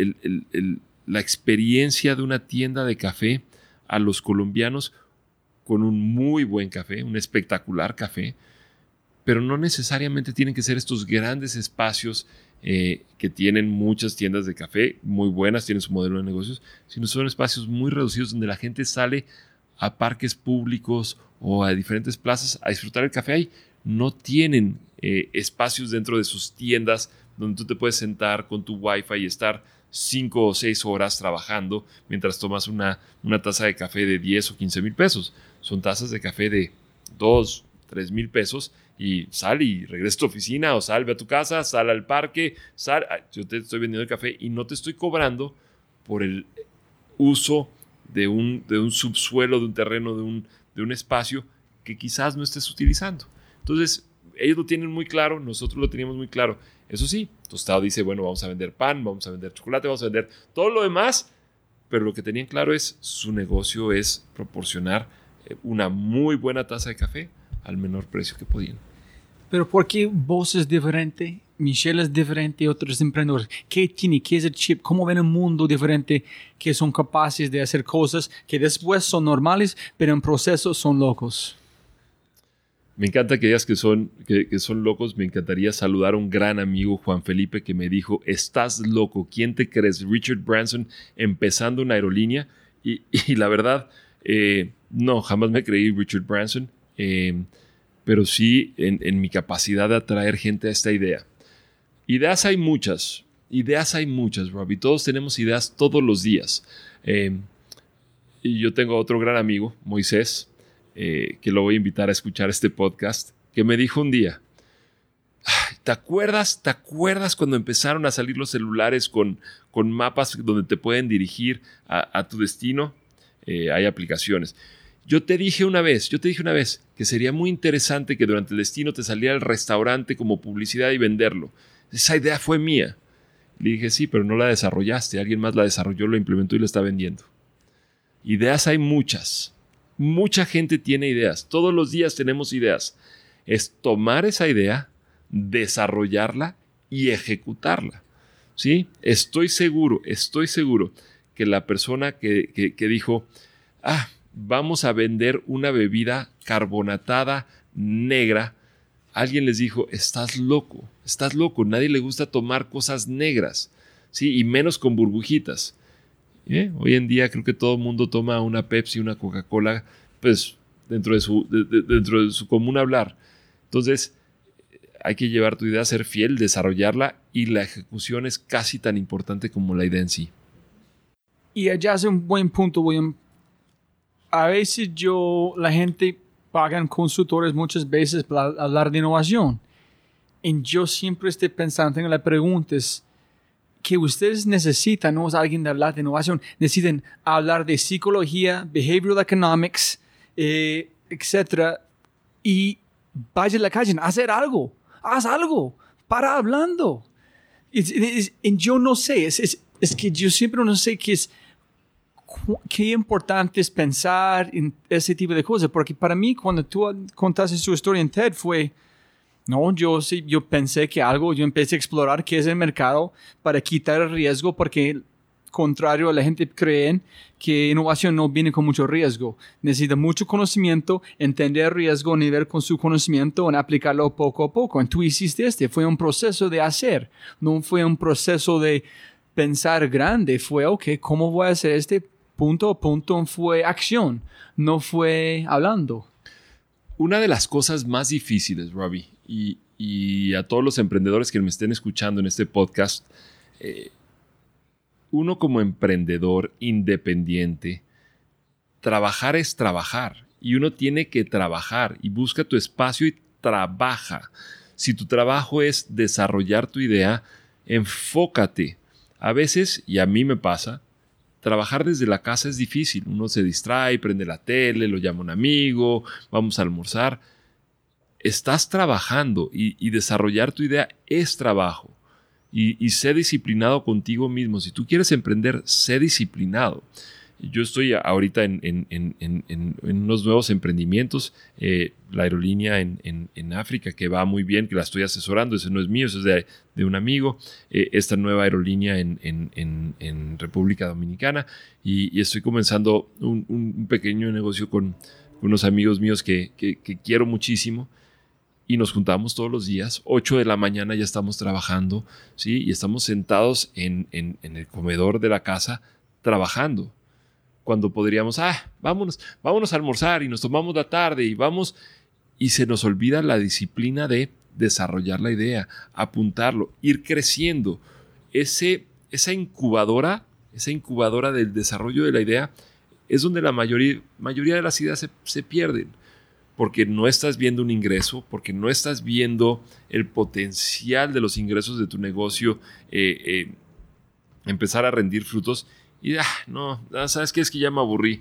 la experiencia de una tienda de café a los colombianos con un muy buen café, un espectacular café, pero no necesariamente tienen que ser estos grandes espacios que tienen muchas tiendas de café muy buenas, tienen su modelo de negocios, sino son espacios muy reducidos donde la gente sale a parques públicos o a diferentes plazas a disfrutar el café ahí. No tienen espacios dentro de sus tiendas donde tú te puedes sentar con tu wifi y estar 5 o 6 horas trabajando mientras tomas una taza de café de 10 o 15 mil pesos. Son tazas de café de 2, 3 mil pesos y sal y regresa a tu oficina o sal, ve a tu casa, sal al parque, yo te estoy vendiendo el café y no te estoy cobrando por el uso de un subsuelo, de un terreno, de un espacio que quizás no estés utilizando. Entonces, ellos lo tienen muy claro, nosotros lo teníamos muy claro. Eso sí, Tostado dice, bueno, vamos a vender pan, vamos a vender chocolate, vamos a vender todo lo demás, pero lo que tenían claro es, su negocio es proporcionar una muy buena taza de café al menor precio que podían. Pero ¿por qué vos es diferente? Michelle es diferente y otros emprendedores. ¿Qué tiene? ¿Qué es el chip? ¿Cómo ven un mundo diferente que son capaces de hacer cosas que después son normales, pero en proceso son locos? Me encanta que digas que son locos. Me encantaría saludar a un gran amigo, Juan Felipe, que me dijo, estás loco, ¿quién te crees? Richard Branson empezando una aerolínea. Y la verdad, no, jamás me creí Richard Branson, pero sí en mi capacidad de atraer gente a esta idea. Ideas hay muchas, Robbie. Todos tenemos ideas todos los días. Y yo tengo otro gran amigo, Moisés, que lo voy a invitar a escuchar este podcast, que me dijo un día, ¿te acuerdas cuando empezaron a salir los celulares con mapas donde te pueden dirigir a tu destino? Hay aplicaciones. Yo te dije una vez que sería muy interesante que durante el destino te saliera el restaurante como publicidad y venderlo. Esa idea fue mía. Le dije, sí, pero no la desarrollaste. Alguien más la desarrolló, lo implementó y la está vendiendo. Ideas hay muchas. Mucha gente tiene ideas. Todos los días tenemos ideas. Es tomar esa idea, desarrollarla y ejecutarla. ¿Sí? Estoy seguro que la persona que dijo, vamos a vender una bebida carbonatada negra, alguien les dijo, estás loco, nadie le gusta tomar cosas negras, ¿sí? Y menos con burbujitas. Hoy en día creo que todo el mundo toma una Pepsi, una Coca-Cola, pues dentro de su común hablar. Entonces, hay que llevar tu idea a ser fiel, desarrollarla, y la ejecución es casi tan importante como la idea en sí. Y allá hace un buen punto, William. A veces la gente pagan consultores muchas veces para hablar de innovación. Y yo siempre estoy pensando, tengo la pregunta, es que ustedes necesitan, no es alguien de hablar de innovación, necesitan hablar de psicología, behavioral economics, etc. Y vaya a la calle, haz algo, para hablando. Y yo no sé, es que yo siempre no sé qué importante es pensar en ese tipo de cosas, porque para mí cuando tú contaste su historia en TED fue, no, yo pensé que yo empecé a explorar qué es el mercado para quitar el riesgo, porque contrario a la gente creen que innovación no viene con mucho riesgo. Necesita mucho conocimiento, entender el riesgo, nivel con su conocimiento y aplicarlo poco a poco. Y tú hiciste fue un proceso de hacer, no fue un proceso de pensar grande, fue, ¿cómo voy a hacer punto a punto? Fue acción, no fue hablando. Una de las cosas más difíciles, Robbie, y a todos los emprendedores que me estén escuchando en este podcast, uno como emprendedor independiente, trabajar es trabajar, y uno tiene que trabajar, y busca tu espacio y trabaja. Si tu trabajo es desarrollar tu idea, enfócate. A veces, y a mí me pasa, trabajar desde la casa es difícil. Uno se distrae, prende la tele, lo llama un amigo, vamos a almorzar. Estás trabajando y desarrollar tu idea es trabajo. Y sé disciplinado contigo mismo. Si tú quieres emprender, sé disciplinado. Yo estoy ahorita en unos nuevos emprendimientos. La aerolínea en África, que va muy bien, que la estoy asesorando. Ese no es mío, eso es de un amigo. Esta nueva aerolínea en República Dominicana. Y estoy comenzando un pequeño negocio con unos amigos míos que quiero muchísimo. Y nos juntamos todos los días, 8 de la mañana ya estamos trabajando, ¿sí? Y estamos sentados en el comedor de la casa trabajando. Cuando podríamos, vámonos a almorzar y nos tomamos la tarde y vamos, y se nos olvida la disciplina de desarrollar la idea, apuntarlo, ir creciendo. Esa incubadora del desarrollo de la idea es donde la mayoría de las ideas se pierden. Porque no estás viendo un ingreso, porque no estás viendo el potencial de los ingresos de tu negocio empezar a rendir frutos. Y ¿sabes qué? Es que ya me aburrí.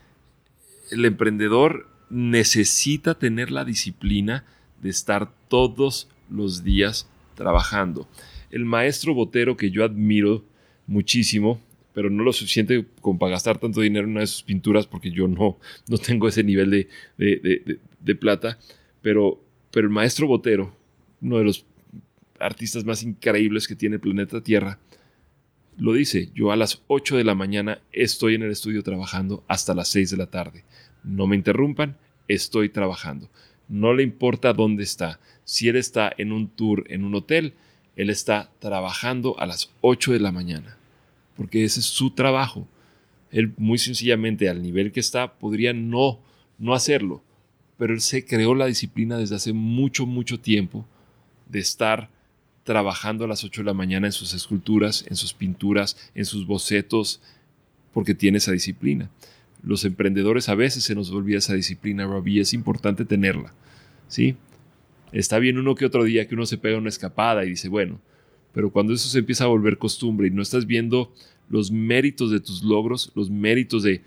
El emprendedor necesita tener la disciplina de estar todos los días trabajando. El maestro Botero, que yo admiro muchísimo, pero no lo suficiente como para gastar tanto dinero en una de sus pinturas, porque yo no tengo ese nivel de plata. Pero el maestro Botero, uno de los artistas más increíbles que tiene el planeta Tierra, lo dice: yo a las 8 de la mañana estoy en el estudio trabajando hasta las 6 de la tarde. No me interrumpan, estoy trabajando. No le importa dónde está. Si él está en un tour, en un hotel, él está trabajando a las 8 de la mañana. Porque ese es su trabajo. Él muy sencillamente, al nivel que está, podría no hacerlo. Pero él se creó la disciplina desde hace mucho, mucho tiempo de estar trabajando a las 8 de la mañana en sus esculturas, en sus pinturas, en sus bocetos, porque tiene esa disciplina. Los emprendedores a veces se nos olvida esa disciplina, Robbie, es importante tenerla, ¿sí? Está bien uno que otro día que uno se pega una escapada y dice, bueno, pero cuando eso se empieza a volver costumbre y no estás viendo los méritos de tus logros, los méritos de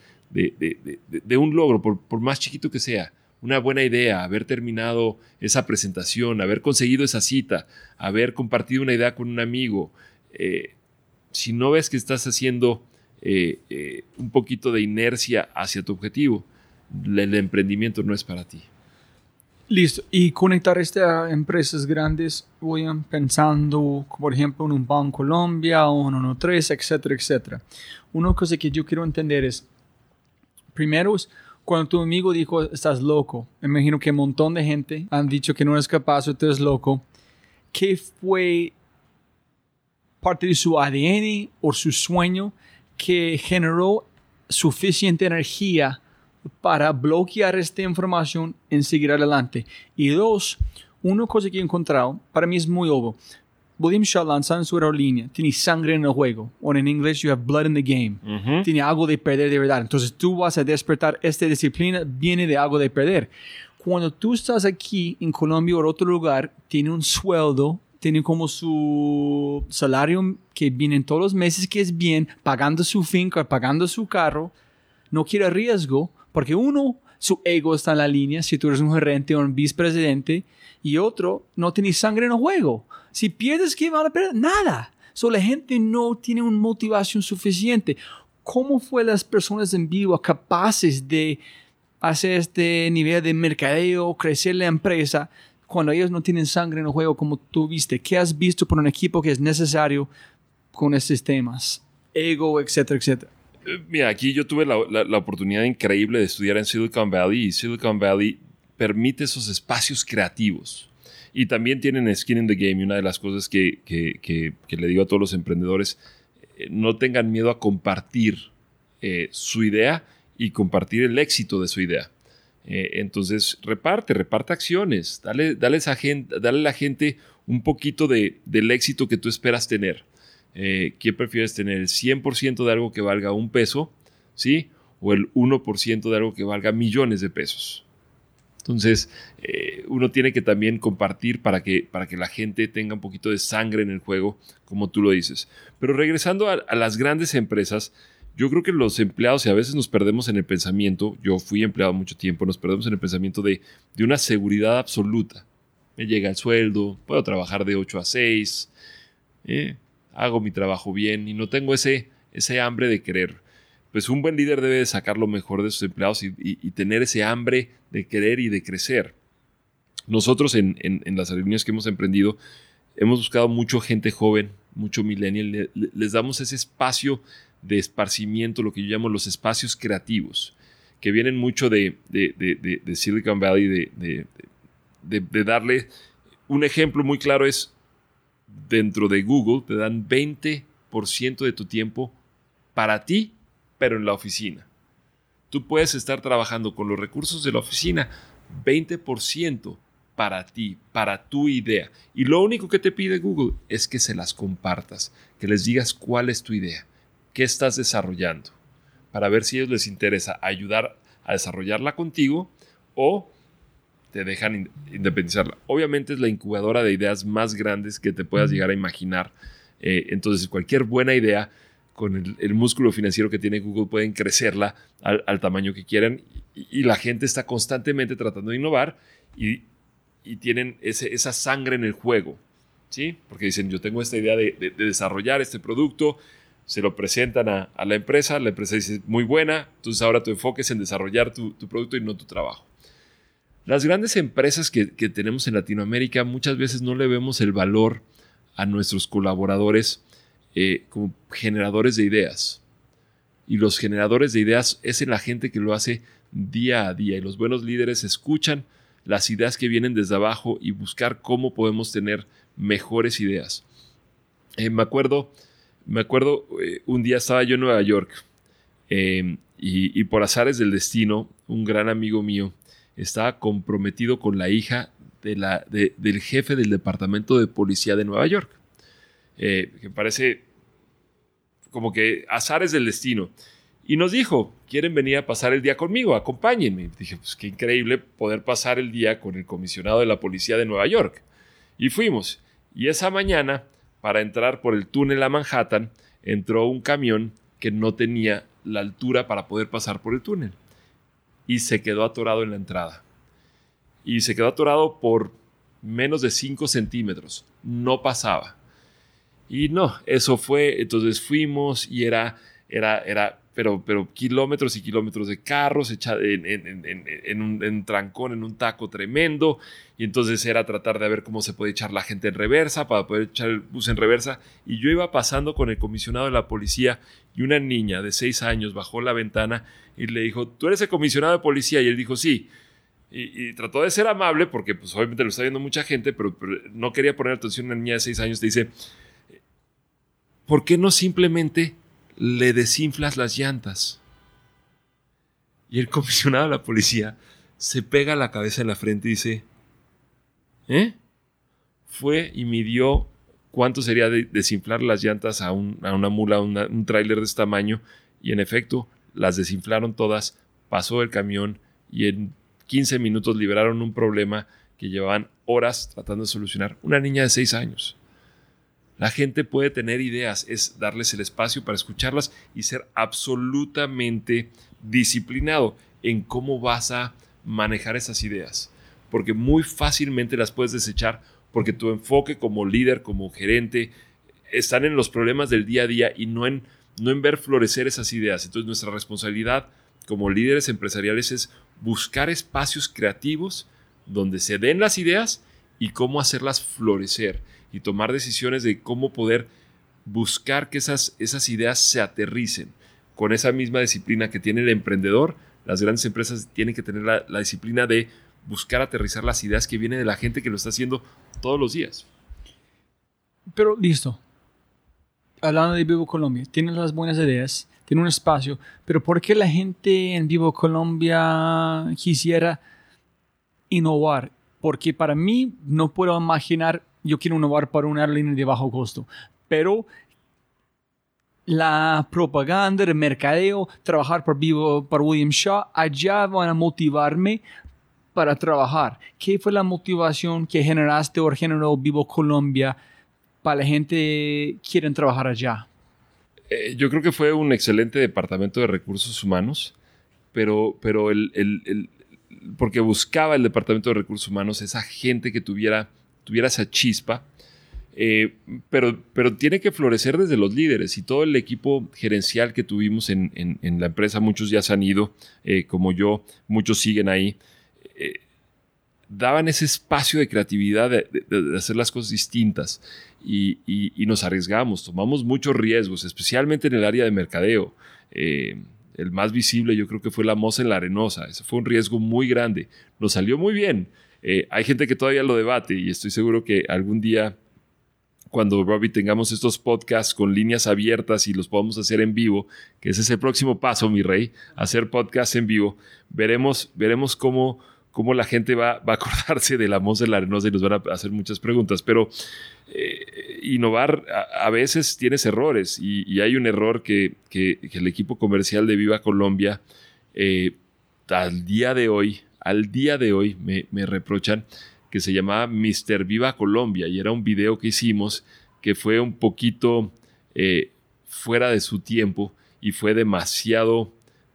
un logro, por más chiquito que sea, una buena idea, haber terminado esa presentación, haber conseguido esa cita, haber compartido una idea con un amigo, si no ves que estás haciendo un poquito de inercia hacia tu objetivo, el emprendimiento no es para ti. Listo. Y conectar a empresas grandes, William, pensando, por ejemplo, en un Banco Colombia o en 1-3, etcétera, etcétera. Una cosa que yo quiero entender es, primero, cuando tu amigo dijo, estás loco, me imagino que un montón de gente han dicho que no eres capaz o tú eres loco. ¿Qué fue parte de su ADN o su sueño que generó suficiente energía para bloquear esta información y seguir adelante? Y dos, Una cosa que he encontrado, para mí es muy obvio. William Shaw lanzando su aerolínea, tiene sangre en el juego. O en inglés, you have blood in the game. Tiene algo de perder de verdad. Entonces tú vas a despertar esta disciplina, viene de algo de perder. Cuando tú estás aquí en Colombia o en otro lugar, tiene un sueldo, tiene como su salario que viene todos los meses, que es bien, pagando su finca, pagando su carro. No quiere riesgo, porque uno, su ego está en la línea, si tú eres un gerente o un vicepresidente, y otro, no tiene sangre en el juego. Si pierdes, ¿qué van a perder? Nada. La gente no tiene una motivación suficiente. ¿Cómo fue las personas en vivo capaces de hacer este nivel de mercadeo, crecer la empresa, cuando ellos no tienen sangre en el juego como tú viste? ¿Qué has visto por un equipo que es necesario con estos temas? Ego, etcétera, etcétera. Mira, aquí yo tuve la oportunidad increíble de estudiar en Silicon Valley, y Silicon Valley permite esos espacios creativos. Y también tienen skin in the game. Y una de las cosas que le digo a todos los emprendedores, no tengan miedo a compartir su idea y compartir el éxito de su idea. Entonces, reparte acciones. Dale a la gente un poquito del éxito que tú esperas tener. ¿Qué prefieres tener? ¿El 100% de algo que valga $1, ¿sí? ¿O el 1% de algo que valga millones de pesos? Entonces, uno tiene que también compartir para que la gente tenga un poquito de sangre en el juego, como tú lo dices. Pero regresando a las grandes empresas, yo creo que los empleados, y a veces nos perdemos en el pensamiento, yo fui empleado mucho tiempo, nos perdemos en el pensamiento de una seguridad absoluta. Me llega el sueldo, puedo trabajar de 8 a 6, hago mi trabajo bien y no tengo ese hambre de querer. Pues un buen líder debe de sacar lo mejor de sus empleados y tener ese hambre de querer y de crecer. Nosotros en las reuniones que hemos emprendido, hemos buscado mucho gente joven, mucho millennial, les damos ese espacio de esparcimiento, lo que yo llamo los espacios creativos, que vienen mucho de Silicon Valley, de darle un ejemplo muy claro es, dentro de Google te dan 20% de tu tiempo para ti, pero en la oficina. Tú puedes estar trabajando con los recursos de la oficina, 20% para ti, para tu idea. Y lo único que te pide Google es que se las compartas, que les digas cuál es tu idea, qué estás desarrollando, para ver si a ellos les interesa ayudar a desarrollarla contigo o te dejan independizarla. Obviamente es la incubadora de ideas más grandes que te puedas llegar a imaginar. Entonces, cualquier buena idea, con el músculo financiero que tiene Google, pueden crecerla al tamaño que quieran. Y la gente está constantemente tratando de innovar y tienen esa sangre en el juego, ¿sí? Porque dicen, yo tengo esta idea de desarrollar este producto, se lo presentan a la empresa dice, muy buena, entonces ahora tu enfoque es en desarrollar tu producto y no tu trabajo. Las grandes empresas que tenemos en Latinoamérica, muchas veces no le vemos el valor a nuestros colaboradores como generadores de ideas. Y los generadores de ideas es en la gente que lo hace día a día. Y los buenos líderes escuchan las ideas que vienen desde abajo y buscar cómo podemos tener mejores ideas. Me acuerdo un día estaba yo en Nueva York y por azares del destino, un gran amigo mío estaba comprometido con la hija del jefe del departamento de policía de Nueva York. Que parece como que azares del destino. Y nos dijo, ¿quieren venir a pasar el día conmigo? Acompáñenme. Dije, pues qué increíble poder pasar el día con el comisionado de la policía de Nueva York. Y fuimos. Y esa mañana, para entrar por el túnel a Manhattan, entró un camión que no tenía la altura para poder pasar por el túnel. Y se quedó atorado en la entrada. Y se quedó atorado por menos de 5 centímetros. No pasaba. Y no, eso fue. Entonces fuimos y era pero kilómetros y kilómetros de carros en un trancón, en un taco tremendo. Y entonces era tratar de ver cómo se puede echar la gente en reversa para poder echar el bus en reversa. Y yo iba pasando con el comisionado de la policía y una niña de 6 años bajó la ventana y le dijo, ¿tú eres el comisionado de policía? Y él dijo, sí. Y trató de ser amable porque pues, obviamente lo está viendo mucha gente, pero no quería poner atención a una niña de 6 años. Te dice, ¿por qué no simplemente le desinflas las llantas? Y el comisionado de la policía se pega la cabeza en la frente y dice, Fue y midió cuánto sería desinflar las llantas a una mula, un tráiler de este tamaño, y en efecto las desinflaron todas, pasó el camión y en 15 minutos liberaron un problema que llevaban horas tratando de solucionar. Una niña de 6 años. La gente puede tener ideas, es darles el espacio para escucharlas y ser absolutamente disciplinado en cómo vas a manejar esas ideas, porque muy fácilmente las puedes desechar porque tu enfoque como líder, como gerente, están en los problemas del día a día y no en ver florecer esas ideas. Entonces nuestra responsabilidad como líderes empresariales es buscar espacios creativos donde se den las ideas y cómo hacerlas florecer y tomar decisiones de cómo poder buscar que esas ideas se aterricen. Con esa misma disciplina que tiene el emprendedor, las grandes empresas tienen que tener la disciplina de buscar aterrizar las ideas que vienen de la gente que lo está haciendo todos los días. Pero listo. Hablando de Vivo Colombia, tienen las buenas ideas, tiene un espacio, pero ¿por qué la gente en Vivo Colombia quisiera innovar? Porque para mí no puedo imaginar, yo quiero innovar para una aerolínea de bajo costo, pero la propaganda, el mercadeo, trabajar por William Shaw, allá van a motivarme para trabajar. ¿Qué fue la motivación que generaste o generó Vivo Colombia para la gente que quieren trabajar allá? Yo creo que fue un excelente departamento de recursos humanos, pero porque buscaba el departamento de recursos humanos esa gente que tuviera esa chispa, pero tiene que florecer desde los líderes y todo el equipo gerencial que tuvimos en la empresa. Muchos ya se han ido, como yo, muchos siguen ahí. Daban ese espacio de creatividad de hacer las cosas distintas y nos arriesgamos, tomamos muchos riesgos, especialmente en el área de mercadeo. El más visible yo creo que fue la Moza en la Arenosa. Ese fue un riesgo muy grande. Nos salió muy bien. Hay gente que todavía lo debate y estoy seguro que algún día, cuando Robbie tengamos estos podcasts con líneas abiertas y los podamos hacer en vivo, que ese es el próximo paso, mi rey, hacer podcasts en vivo, veremos cómo la gente va a acordarse de la Moza en la Arenosa y nos van a hacer muchas preguntas. Pero innovar, a veces tienes errores y hay un error que el equipo comercial de Viva Colombia al día de hoy me reprochan, que se llamaba Mr. Viva Colombia, y era un video que hicimos que fue un poquito fuera de su tiempo y fue demasiado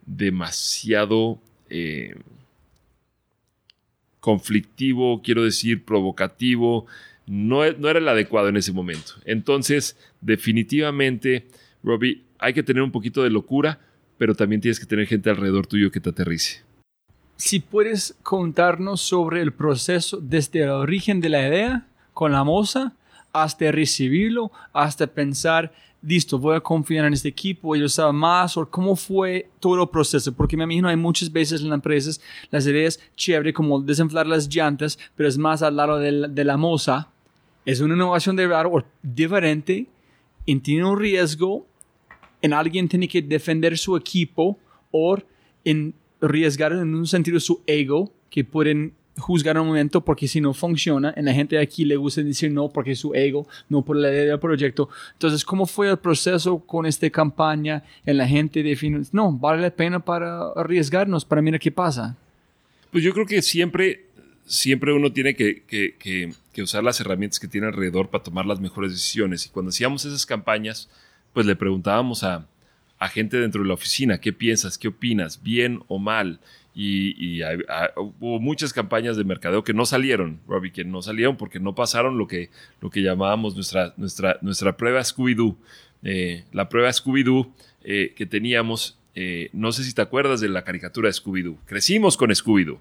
conflictivo, quiero decir, provocativo. No era el adecuado en ese momento. Entonces, definitivamente, Robbie, hay que tener un poquito de locura, pero también tienes que tener gente alrededor tuyo que te aterrice. Si puedes contarnos sobre el proceso desde el origen de la idea con la Moza hasta recibirlo, hasta pensar, listo, voy a confiar en este equipo, ellos saben más, o cómo fue todo el proceso, porque me imagino hay muchas veces en las empresas las ideas chévere como desinflar las llantas, pero es más al lado de la Moza, es una innovación de raro o diferente, y tiene un riesgo, en alguien tiene que defender su equipo o en arriesgar en un sentido su ego, que pueden juzgar en un momento porque si no funciona, en la gente de aquí le gusta decir no porque su ego, no por la idea del proyecto. Entonces, ¿cómo fue el proceso con esta campaña? En la gente define, no, vale la pena para arriesgarnos, para mirar qué pasa. Pues yo creo que siempre uno tiene que usar las herramientas que tiene alrededor para tomar las mejores decisiones. Y cuando hacíamos esas campañas, pues le preguntábamos a gente dentro de la oficina, ¿qué piensas? ¿Qué opinas? ¿Bien o mal? Y hubo muchas campañas de mercadeo que no salieron, Robbie, que no salieron porque no pasaron lo que llamábamos nuestra prueba Scooby-Doo. La prueba Scooby-Doo que teníamos, no sé si te acuerdas de la caricatura de Scooby-Doo. Crecimos con Scooby-Doo.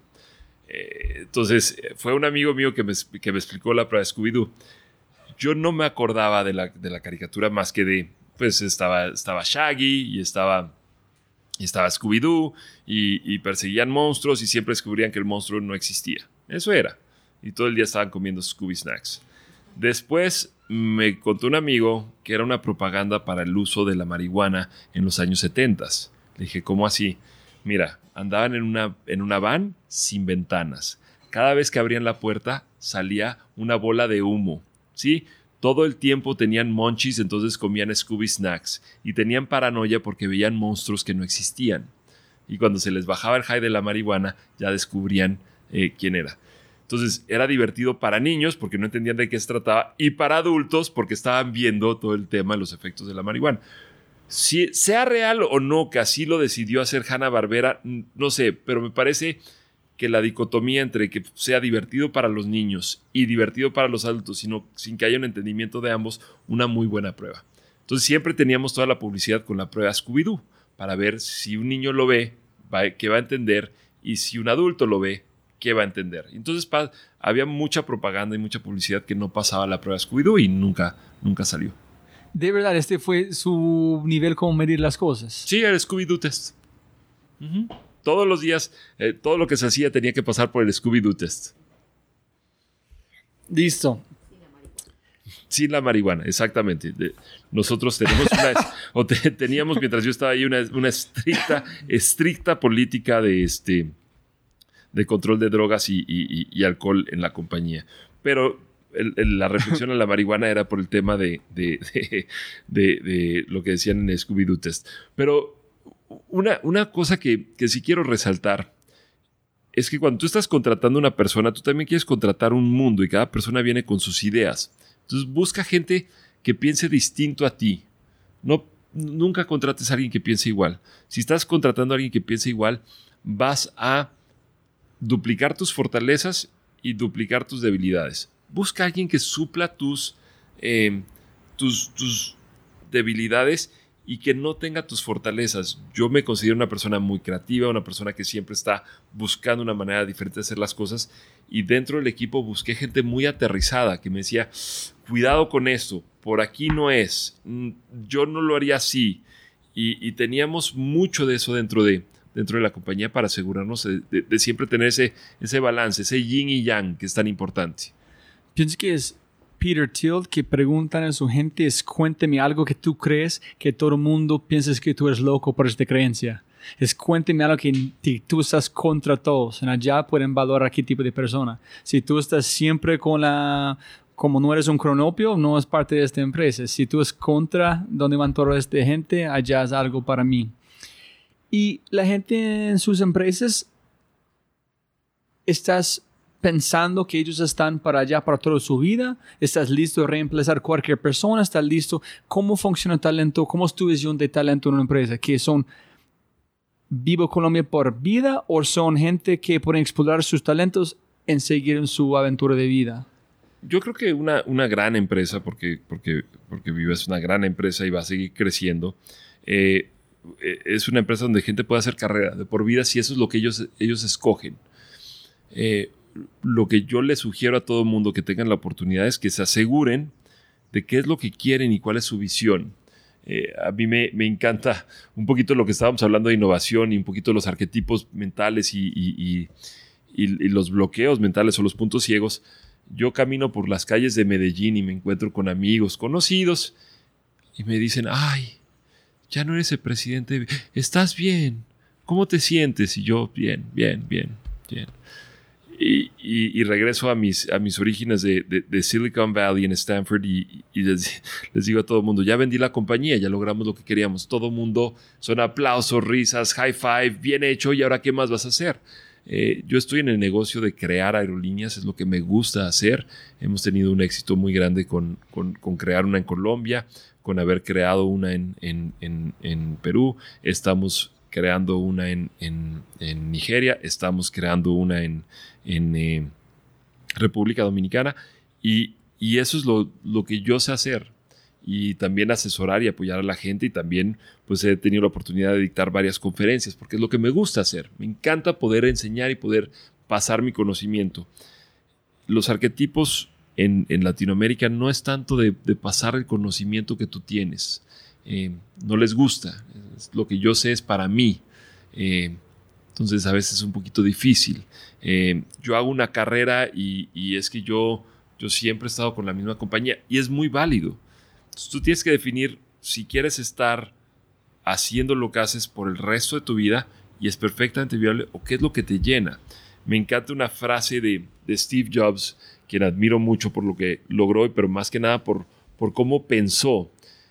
Entonces, fue un amigo mío que me explicó la prueba de Scooby-Doo. Yo no me acordaba de la caricatura más que de, pues estaba Shaggy y estaba Scooby-Doo y perseguían monstruos y siempre descubrían que el monstruo no existía. Eso era. Y todo el día estaban comiendo Scooby Snacks. Después me contó un amigo que era una propaganda para el uso de la marihuana en los años 70. Le dije, ¿cómo así? Mira, andaban en una van sin ventanas. cada vez que abrían la puerta salía una bola de humo, ¿sí? Todo el tiempo tenían munchies, entonces comían Scooby Snacks y tenían paranoia porque veían monstruos que no existían. Y cuando se les bajaba el high de la marihuana, ya descubrían quién era. Entonces era divertido para niños porque no entendían de qué se trataba y para adultos porque estaban viendo todo el tema de los efectos de la marihuana. Si sea real o no que así lo decidió hacer Hanna-Barbera, no sé, pero me parece que la dicotomía entre que sea divertido para los niños y divertido para los adultos, sino sin que haya un entendimiento de ambos, una muy buena prueba. Entonces siempre teníamos toda la publicidad con la prueba Scooby-Doo para ver si un niño lo ve, qué va a entender, y si un adulto lo ve, qué va a entender. Entonces había mucha propaganda y mucha publicidad que no pasaba la prueba Scooby-Doo y nunca salió. De verdad, este fue su nivel como medir las cosas. Sí, el Scooby-Doo test. Uh-huh. Todos los días, todo lo que se hacía tenía que pasar por el Scooby-Doo test. Listo. Sin la marihuana, exactamente. Nosotros tenemos teníamos, mientras yo estaba ahí, una estricta política de control de drogas y alcohol en la compañía. Pero la reflexión a la marihuana era por el tema de lo que decían en el Scooby-Doo test. Pero una cosa que sí quiero resaltar es que cuando tú estás contratando a una persona, tú también quieres contratar un mundo y cada persona viene con sus ideas. Entonces busca gente que piense distinto a ti. Nunca contrates a alguien que piense igual. Si estás contratando a alguien que piense igual, vas a duplicar tus fortalezas y duplicar tus debilidades. Busca a alguien que supla tus debilidades y que no tenga tus fortalezas. Yo me considero una persona muy creativa, una persona que siempre está buscando una manera diferente de hacer las cosas, y dentro del equipo busqué gente muy aterrizada que me decía, cuidado con esto, por aquí no es, yo no lo haría así, y teníamos mucho de eso dentro de la compañía para asegurarnos de siempre tener ese balance, ese yin y yang que es tan importante. Pienso que es Peter Thiel que preguntan a su gente es cuénteme algo que tú crees que todo el mundo piensa que tú eres loco por esta creencia. Es cuénteme algo que tú estás contra todos. En allá pueden valorar qué tipo de persona. Si tú estás siempre como no eres un cronopio, no es parte de esta empresa. Si tú es contra donde van toda esta gente, allá es algo para mí. Y la gente en sus empresas, ¿estás pensando que ellos están para allá para toda su vida? ¿Estás listo a reemplazar cualquier persona? ¿Estás listo? ¿Cómo funciona el talento? ¿Cómo es tu visión de talento en una empresa? ¿Que son Vivo Colombia por vida o son gente que pueden explorar sus talentos en seguir en su aventura de vida? Yo creo que una gran empresa, porque Viva es una gran empresa y va a seguir creciendo, es una empresa donde gente puede hacer carrera de por vida si eso es lo que ellos escogen. Lo que yo les sugiero a todo el mundo que tengan la oportunidad es que se aseguren de qué es lo que quieren y cuál es su visión. A mí me encanta un poquito lo que estábamos hablando de innovación y un poquito los arquetipos mentales y los bloqueos mentales o los puntos ciegos. Yo camino por las calles de Medellín y me encuentro con amigos, conocidos, y me dicen, ay, ya no eres el presidente, ¿estás bien? ¿Cómo te sientes? Y yo, bien. Y regreso a mis orígenes de Silicon Valley en Stanford y les digo a todo el mundo, ya vendí la compañía, ya logramos lo que queríamos. Todo el mundo son aplausos, risas, high five, bien hecho, y ahora ¿qué más vas a hacer? Yo estoy en el negocio de crear aerolíneas, es lo que me gusta hacer. Hemos tenido un éxito muy grande con crear una en Colombia, con haber creado una en Perú. Estamos creando una en Nigeria, estamos creando una en República Dominicana, y eso es lo que yo sé hacer, y también asesorar y apoyar a la gente, y también pues he tenido la oportunidad de dictar varias conferencias porque es lo que me gusta hacer. Me encanta poder enseñar y poder pasar mi conocimiento. Los arquetipos en Latinoamérica no es tanto de pasar el conocimiento que tú tienes, no les gusta. Lo que yo sé es para mí, entonces a veces es un poquito difícil. Yo hago una carrera y es que yo siempre he estado con la misma compañía, y es muy válido. Entonces tú tienes que definir si quieres estar haciendo lo que haces por el resto de tu vida, y es perfectamente viable, o qué es lo que te llena. Me encanta una frase de Steve Jobs, quien admiro mucho por lo que logró, pero más que nada por cómo pensó.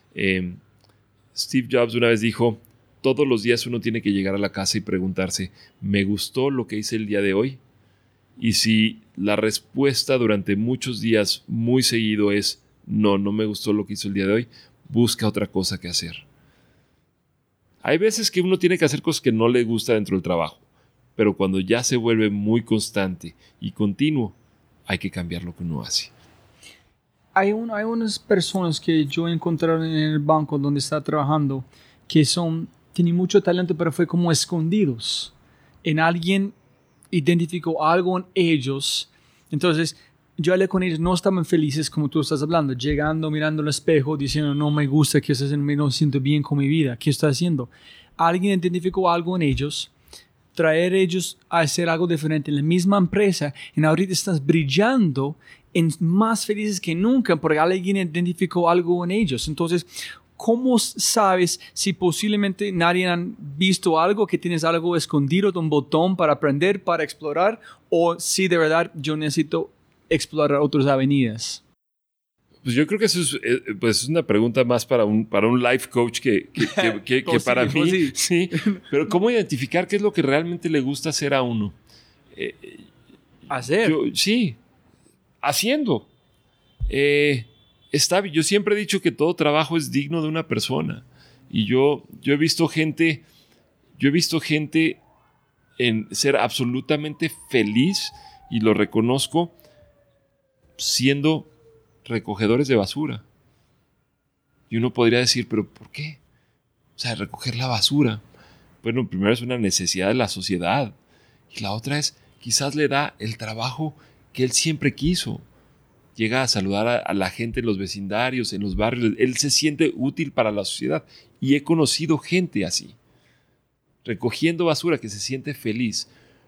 Steve Jobs una vez dijo: todos los días uno tiene que llegar a la casa y preguntarse, ¿me gustó lo que hice el día de hoy? Y si la respuesta durante muchos días, muy seguido, es no me gustó lo que hizo el día de hoy, busca otra cosa que hacer. Hay veces que uno tiene que hacer cosas que no le gusta dentro del trabajo, pero cuando ya se vuelve muy constante y continuo, hay que cambiar lo que uno hace. Hay unas personas que yo he encontrado en el banco donde está trabajando que tienen mucho talento, pero fue como escondidos. En alguien identificó algo en ellos. Entonces, yo hablé con ellos, no estaban felices como tú estás hablando, llegando, mirando al espejo, diciendo, no me gusta, que no siento bien con mi vida, ¿qué estoy haciendo? Alguien identificó algo en ellos, traer ellos a hacer algo diferente en la misma empresa, y ahorita estás brillando, más felices que nunca, porque alguien identificó algo en ellos. Entonces, ¿cómo sabes si posiblemente nadie ha visto algo, que tienes algo escondido de un botón para aprender, para explorar, o si de verdad yo necesito explorar otras avenidas? Pues yo creo que eso es una pregunta más para un life coach que para mí. Sí, pero ¿cómo identificar qué es lo que realmente le gusta hacer a uno? Hacer. Haciendo. Yo siempre he dicho que todo trabajo es digno de una persona. Y yo he visto gente en ser absolutamente feliz, y lo reconozco, siendo recogedores de basura. Y uno podría decir, ¿pero por qué? O sea, recoger la basura. Bueno, primero es una necesidad de la sociedad. Y la otra es, quizás le da el trabajo que él siempre quiso. Llega a saludar a la gente en los vecindarios, en los barrios. Él se siente útil para la sociedad. Y he conocido gente así, recogiendo basura, que se siente feliz.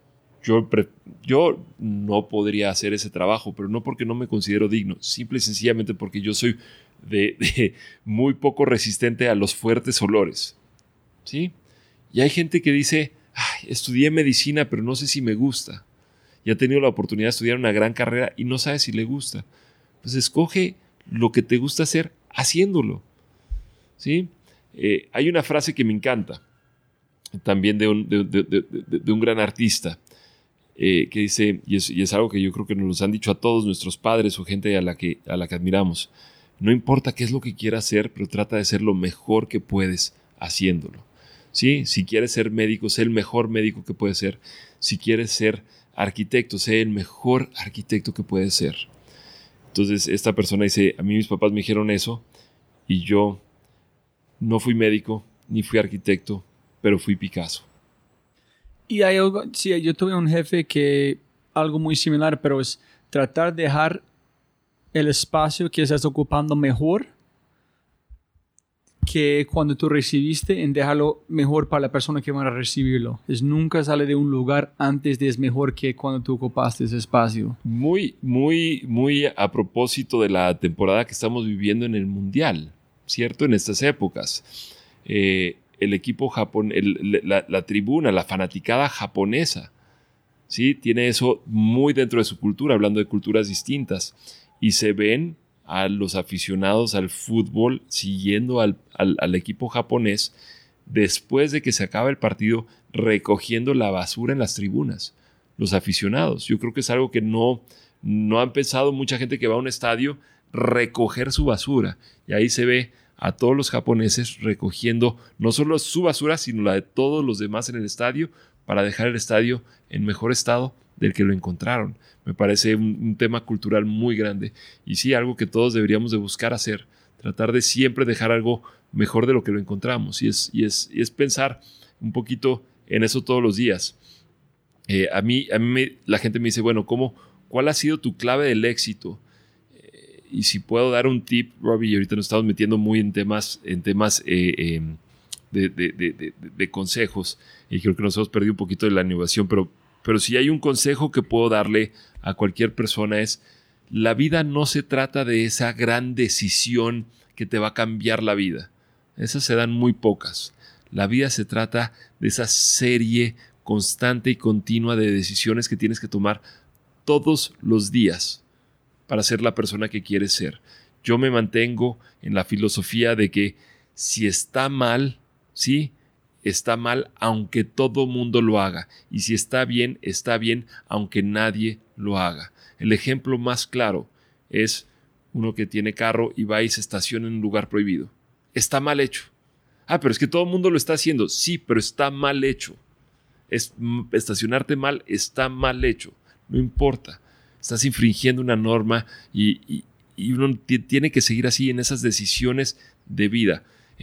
Yo no podría hacer ese trabajo, pero no porque no me considero digno, simple y sencillamente porque yo soy de muy poco resistente a los fuertes olores, ¿sí? Y hay gente que dice, estudié medicina, pero no sé si me gusta. Y ha tenido la oportunidad de estudiar una gran carrera y no sabe si le gusta. Pues escoge lo que te gusta hacer haciéndolo, ¿sí? Hay una frase que me encanta, también de un gran artista, que dice, y es algo que yo creo que nos lo han dicho a todos nuestros padres o gente a la que admiramos: no importa qué es lo que quieras hacer, pero trata de ser lo mejor que puedes haciéndolo, ¿sí? Si quieres ser médico, sé el mejor médico que puedes ser. Si quieres ser arquitecto, sé el mejor arquitecto que puedes ser. Entonces esta persona dice, a mí mis papás me dijeron eso, y yo no fui médico ni fui arquitecto, pero fui Picasso. Y hay algo, sí, yo tuve un jefe que algo muy similar, pero es tratar de dejar el espacio que estás ocupando mejor que cuando tú recibiste, en dejarlo mejor para la persona que va a recibirlo. Nunca sale de un lugar antes de es mejor que cuando tú ocupaste ese espacio. Muy, muy, muy a propósito de la temporada que estamos viviendo en el Mundial, ¿cierto? En estas épocas. El equipo japonés, la tribuna, la fanaticada japonesa, ¿sí? Tiene eso muy dentro de su cultura, hablando de culturas distintas. Y se ven a los aficionados al fútbol siguiendo al equipo japonés después de que se acaba el partido, recogiendo la basura en las tribunas. Los aficionados. Yo creo que es algo que no han pensado mucha gente que va a un estadio, recoger su basura. Y ahí se ve a todos los japoneses recogiendo no solo su basura, sino la de todos los demás en el estadio, para dejar el estadio en mejor estado del que lo encontraron. Me parece un tema cultural muy grande. Y sí, algo que todos deberíamos de buscar hacer. Tratar de siempre dejar algo mejor de lo que lo encontramos. Y es pensar un poquito en eso todos los días. A mí la gente me dice, bueno, ¿cuál ha sido tu clave del éxito? Y si puedo dar un tip, Robbie, y ahorita nos estamos metiendo muy en temas de consejos, y creo que nos hemos perdido un poquito de la innovación, pero si hay un consejo que puedo darle a cualquier persona es: la vida no se trata de esa gran decisión que te va a cambiar la vida. Esas se dan muy pocas. La vida se trata de esa serie constante y continua de decisiones que tienes que tomar todos los días para ser la persona que quieres ser. Yo me mantengo en la filosofía de que si está mal, sí, está mal aunque todo mundo lo haga. Y si está bien aunque nadie lo haga. El ejemplo más claro es uno que tiene carro y va y se estaciona en un lugar prohibido. Está mal hecho. Pero es que todo el mundo lo está haciendo. Sí, pero está mal hecho. Estacionarte mal está mal hecho. No importa. Estás infringiendo una norma y uno tiene que seguir así en esas decisiones de vida.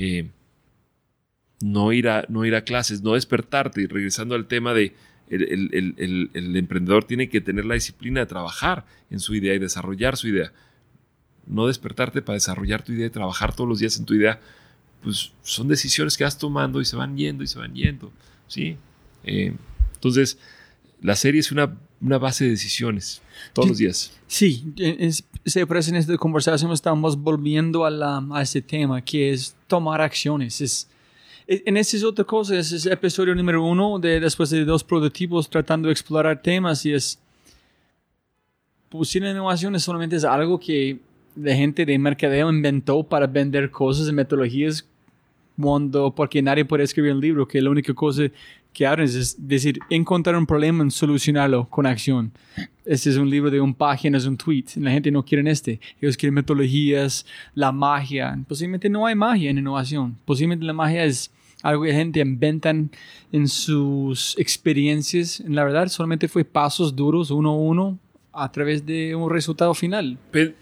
No ir a clases, no despertarte. Y regresando al tema de el emprendedor tiene que tener la disciplina de trabajar en su idea y desarrollar su idea. No despertarte para desarrollar tu idea y trabajar todos los días en tu idea, pues son decisiones que vas tomando y se van yendo, ¿sí? Entonces, la serie es una base de decisiones todos los días. Sí, se parece en esta conversación estamos volviendo a este tema que es tomar acciones. En esa es otra cosa, ese es el episodio número 1 después de 2 prototipos tratando de explorar temas y es pues la innovación solamente es algo que la gente de mercadeo inventó para vender cosas y metodologías porque nadie puede escribir un libro que la única cosa que abren es decir, encontrar un problema y solucionarlo con acción. Este es un libro de una página, es un tweet. La gente no quiere ellos quieren metodologías, la magia. Posiblemente no hay magia en innovación. Posiblemente la magia es algo que la gente inventan en sus experiencias. En la verdad, solamente fue pasos duros, uno a uno, a través de un resultado final.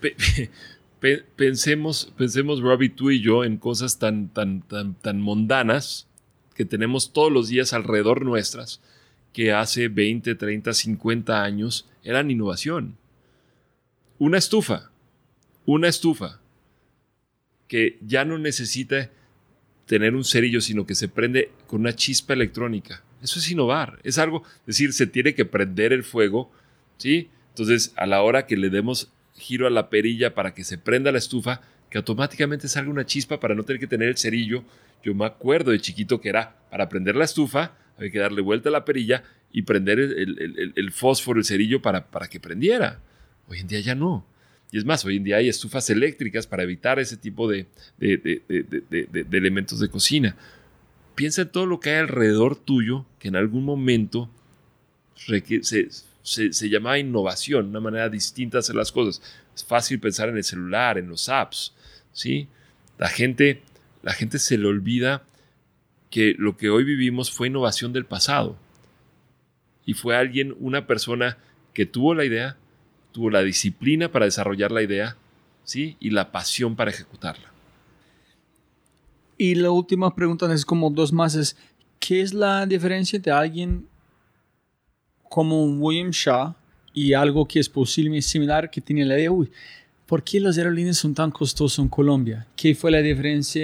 Pensemos, Robbie, tú y yo, en cosas tan mundanas que tenemos todos los días alrededor nuestras, que hace 20, 30, 50 años eran innovación. Una estufa que ya no necesita tener un cerillo, sino que se prende con una chispa electrónica. Eso es innovar. Es algo, es decir, se tiene que prender el fuego, ¿sí? Entonces, a la hora que le demos giro a la perilla para que se prenda la estufa, que automáticamente salga una chispa para no tener que tener el cerillo. Yo me acuerdo de chiquito que era para prender la estufa, había que darle vuelta a la perilla y prender el fósforo, el cerillo para que prendiera. Hoy en día ya no. Y es más, hoy en día hay estufas eléctricas para evitar ese tipo de elementos de cocina. Piensa en todo lo que hay alrededor tuyo que en algún momento se llamaba innovación, una manera distinta de hacer las cosas. Es fácil pensar en el celular, en los apps, ¿sí? La gente se le olvida que lo que hoy vivimos fue innovación del pasado. Y fue una persona que tuvo la idea, tuvo la disciplina para desarrollar la idea, ¿sí? Y la pasión para ejecutarla. Y la última pregunta es como 2 más, es ¿qué es la diferencia de alguien como William Shaw y algo que es posiblemente similar que tiene la idea, ¿por qué las aerolíneas son tan costosas en Colombia? ¿Qué fue la diferencia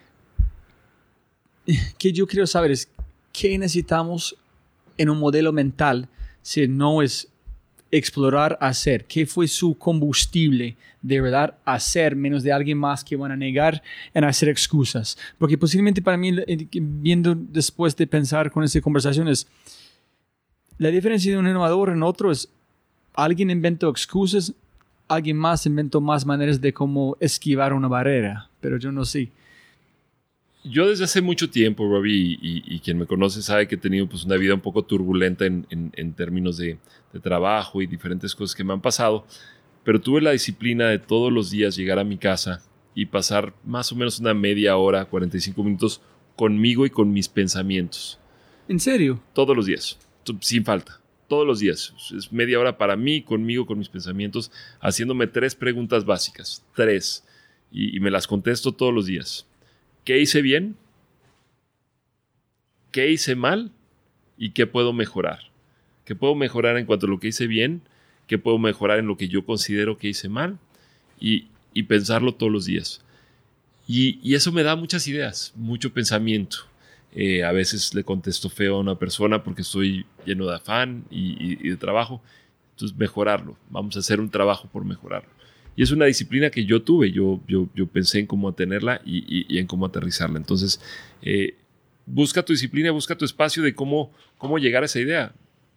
que yo quiero saber es qué necesitamos en un modelo mental si no es explorar, hacer? ¿Qué fue su combustible de verdad hacer menos de alguien más que van a negar en hacer excusas? Porque posiblemente para mí, viendo después de pensar con esta conversación, es la diferencia de un innovador en otro es alguien inventó excusas, alguien más inventó más maneras de cómo esquivar una barrera, pero yo no sé. Yo desde hace mucho tiempo, Robbie, y quien me conoce sabe que he tenido pues, una vida un poco turbulenta en términos de trabajo y diferentes cosas que me han pasado, pero tuve la disciplina de todos los días llegar a mi casa y pasar más o menos una media hora, 45 minutos conmigo y con mis pensamientos. ¿En serio? Todos los días, sin falta. Todos los días. Es media hora para mí, conmigo, con mis pensamientos, haciéndome 3 preguntas básicas. 3. Y me las contesto todos los días. ¿Qué hice bien? ¿Qué hice mal? ¿Y qué puedo mejorar? ¿Qué puedo mejorar en cuanto a lo que hice bien? ¿Qué puedo mejorar en lo que yo considero que hice mal? Y pensarlo todos los días. Y eso me da muchas ideas, mucho pensamiento. A veces le contesto feo a una persona porque estoy lleno de afán y de trabajo. Entonces, mejorarlo. Vamos a hacer un trabajo por mejorarlo. Y es una disciplina que yo tuve. Yo pensé en cómo tenerla y en cómo aterrizarla. Entonces, busca tu disciplina, busca tu espacio de cómo llegar a esa idea.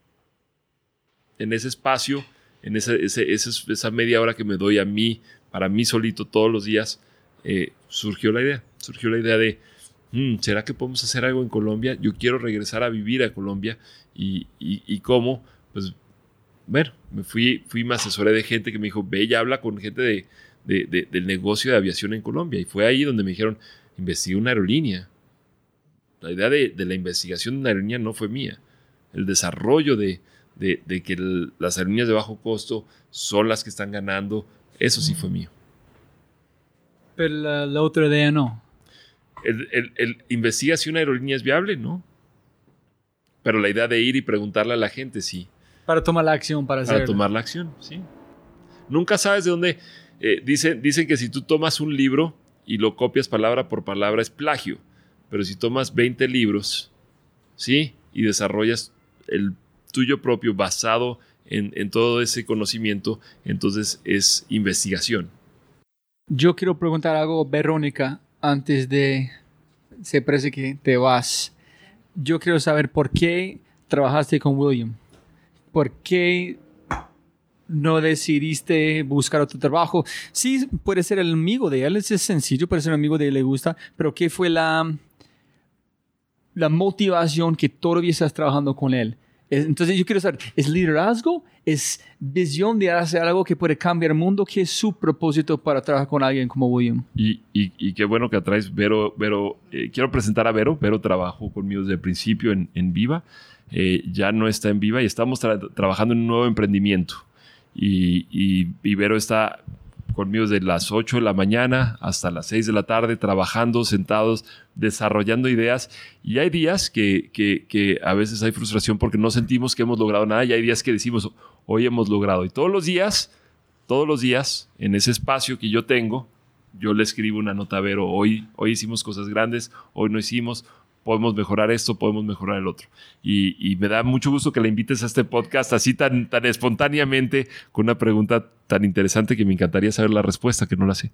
En ese espacio, en esa media hora que me doy a mí, para mí solito todos los días, surgió la idea. Surgió la idea de, ¿será que podemos hacer algo en Colombia? Yo quiero regresar a vivir a Colombia. ¿Y cómo? Pues, bueno, me asesoré de gente que me dijo, ve y habla con gente del negocio de aviación en Colombia. Y fue ahí donde me dijeron, investiga una aerolínea. La idea de la investigación de una aerolínea no fue mía. El desarrollo de que las aerolíneas de bajo costo son las que están ganando, eso sí fue mío. Pero la otra idea no. El investiga si una aerolínea es viable, ¿no? Pero la idea de ir y preguntarle a la gente, sí. Para tomar la acción, para tomar la acción, sí. Nunca sabes de dónde. Dicen que si tú tomas un libro y lo copias palabra por palabra es plagio. Pero si tomas 20 libros, ¿sí? Y desarrollas el tuyo propio basado en todo ese conocimiento, entonces es investigación. Yo quiero preguntar algo, Verónica, antes de... Se parece que te vas. Yo quiero saber por qué trabajaste con William. ¿Por qué no decidiste buscar otro trabajo? Sí, puede ser el amigo de él, es sencillo, puede ser un amigo de él, le gusta, pero ¿qué fue la motivación que todavía estás trabajando con él? Entonces yo quiero saber, ¿es liderazgo? ¿Es visión de hacer algo que puede cambiar el mundo? ¿Qué es su propósito para trabajar con alguien como William? Y qué bueno que atraes Vero. Quiero presentar a Vero. Vero trabajó conmigo desde el principio en Viva. Ya no está en Viva y estamos trabajando en un nuevo emprendimiento. Y Vero está conmigo desde las 8 de la mañana hasta las 6 de la tarde, trabajando, sentados, desarrollando ideas. Y hay días que a veces hay frustración porque no sentimos que hemos logrado nada, y hay días que decimos, hoy hemos logrado. Y todos los días, en ese espacio que yo tengo, yo le escribo una nota a Vero, hoy hicimos cosas grandes, hoy no hicimos, podemos mejorar esto, podemos mejorar el otro. Y me da mucho gusto que la invites a este podcast así tan espontáneamente, con una pregunta tan interesante que me encantaría saber la respuesta, que no la sé.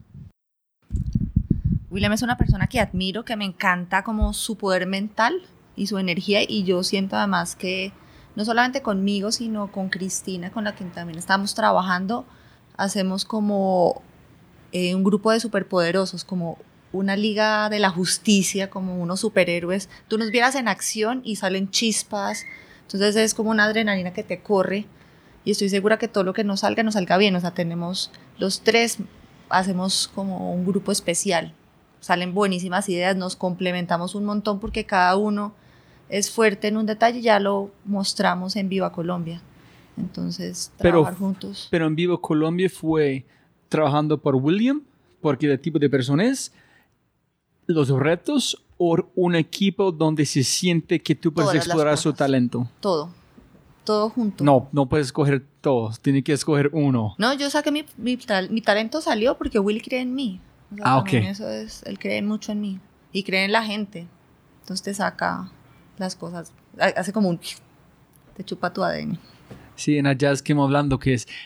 William es una persona que admiro, que me encanta como su poder mental y su energía, y yo siento además que no solamente conmigo, sino con Cristina, con la que también estamos trabajando, hacemos como un grupo de superpoderosos, como una liga de la justicia, como unos superhéroes. Tú nos vieras en acción y salen chispas, entonces es como una adrenalina que te corre, y estoy segura que todo lo que nos salga bien. O sea, tenemos los tres, hacemos como un grupo especial, salen buenísimas ideas, nos complementamos un montón porque cada uno es fuerte en un detalle, ya lo mostramos en Viva Colombia. Entonces, trabajar juntos. Pero en Viva Colombia fue trabajando por William, porque el tipo de persona es, los retos, o un equipo donde se siente que tú puedes explorar su talento. Todo junto. No puedes escoger todos, tienes que escoger uno. No, yo saqué mi talento, salió porque Willy cree en mí. O sea, ok. Eso es, él cree mucho en mí y cree en la gente. Entonces te saca las cosas, hace como te chupa tu ADN. Sí, en Jazz que hemos hablando que es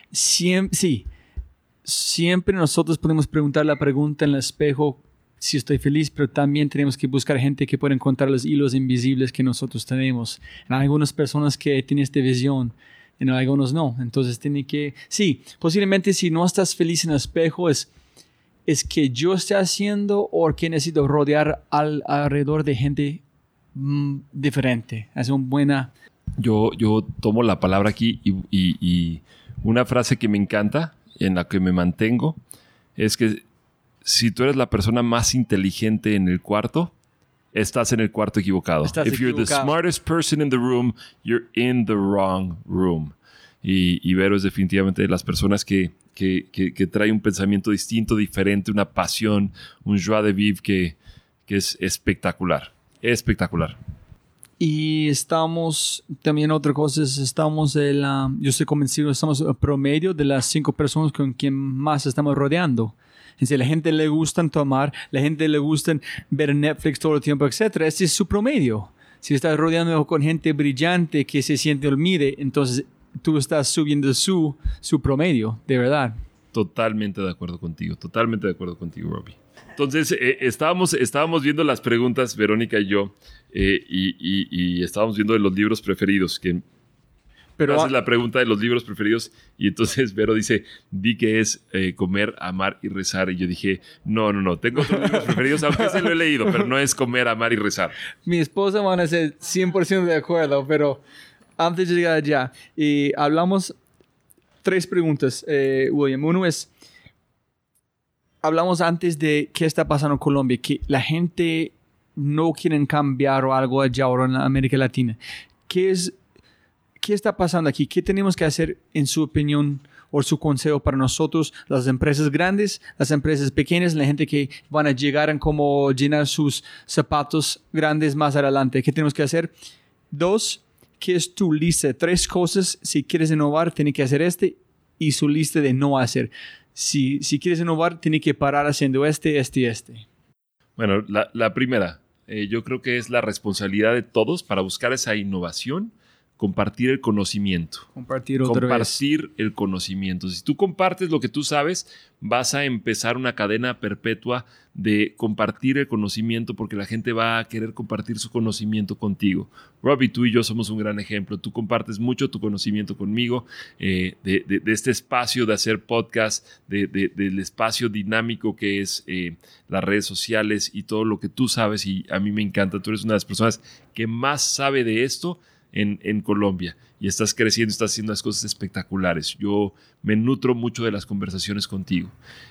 siempre nosotros podemos preguntar la pregunta en el espejo si estoy feliz, pero también tenemos que buscar gente que pueda encontrar los hilos invisibles que nosotros tenemos. En algunas personas que tienen esta visión, en algunos no. Entonces tiene que, posiblemente si no estás feliz en el espejo es que yo estoy haciendo o que necesito rodear alrededor de gente diferente. Es una buena... Yo tomo la palabra aquí y una frase que me encanta, en la que me mantengo, es que si tú eres la persona más inteligente en el cuarto, estás en el cuarto equivocado. If you're the smartest person in the room, you're in the wrong room. Y Vero es definitivamente de las personas que trae un pensamiento distinto, diferente, una pasión, un joie de vivre que es espectacular. Espectacular. Y estamos, también otra cosa es, yo estoy convencido, estamos en promedio de las 5 personas con quien más estamos rodeando. Si a la gente le gusta tomar, la gente le gusta ver Netflix todo el tiempo, etc. Este es su promedio. Si estás rodeando con gente brillante que se siente olvide, entonces tú estás subiendo su promedio, de verdad. Totalmente de acuerdo contigo, Robbie. Entonces, estábamos viendo las preguntas, Verónica y yo, y estábamos viendo de los libros preferidos, que Pero haces la pregunta de los libros preferidos, y entonces Vero dice, di que es comer, amar y rezar, y yo dije, no, tengo otros libros preferidos, aunque ese lo he leído, pero no es comer, amar y rezar. mi esposa van a ser 100% de acuerdo, pero antes de llegar allá, hablamos 3 preguntas, William. Uno es, hablamos antes de qué está pasando en Colombia, que la gente no quiere cambiar o algo allá ahora en América Latina. ¿Qué está pasando aquí? ¿Qué tenemos que hacer, en su opinión o su consejo para nosotros, las empresas grandes, las empresas pequeñas, la gente que van a llegar a como llenar sus zapatos grandes más adelante? ¿Qué tenemos que hacer? 2, ¿qué es tu lista? 3 cosas, si quieres innovar, tienes que hacer y su lista de no hacer. Si quieres innovar, tienes que parar haciendo este. Bueno, la primera, yo creo que es la responsabilidad de todos para buscar esa innovación, compartir el conocimiento. Compartir el conocimiento. Si tú compartes lo que tú sabes, vas a empezar una cadena perpetua de compartir el conocimiento, porque la gente va a querer compartir su conocimiento contigo. Robbie, tú y yo somos un gran ejemplo. Tú compartes mucho tu conocimiento conmigo, de este espacio de hacer podcast, del espacio dinámico que es las redes sociales y todo lo que tú sabes, y a mí me encanta. Tú eres una de las personas que más sabe de esto en Colombia, y estás creciendo, estás haciendo las cosas espectaculares. Yo me nutro mucho de las conversaciones contigo,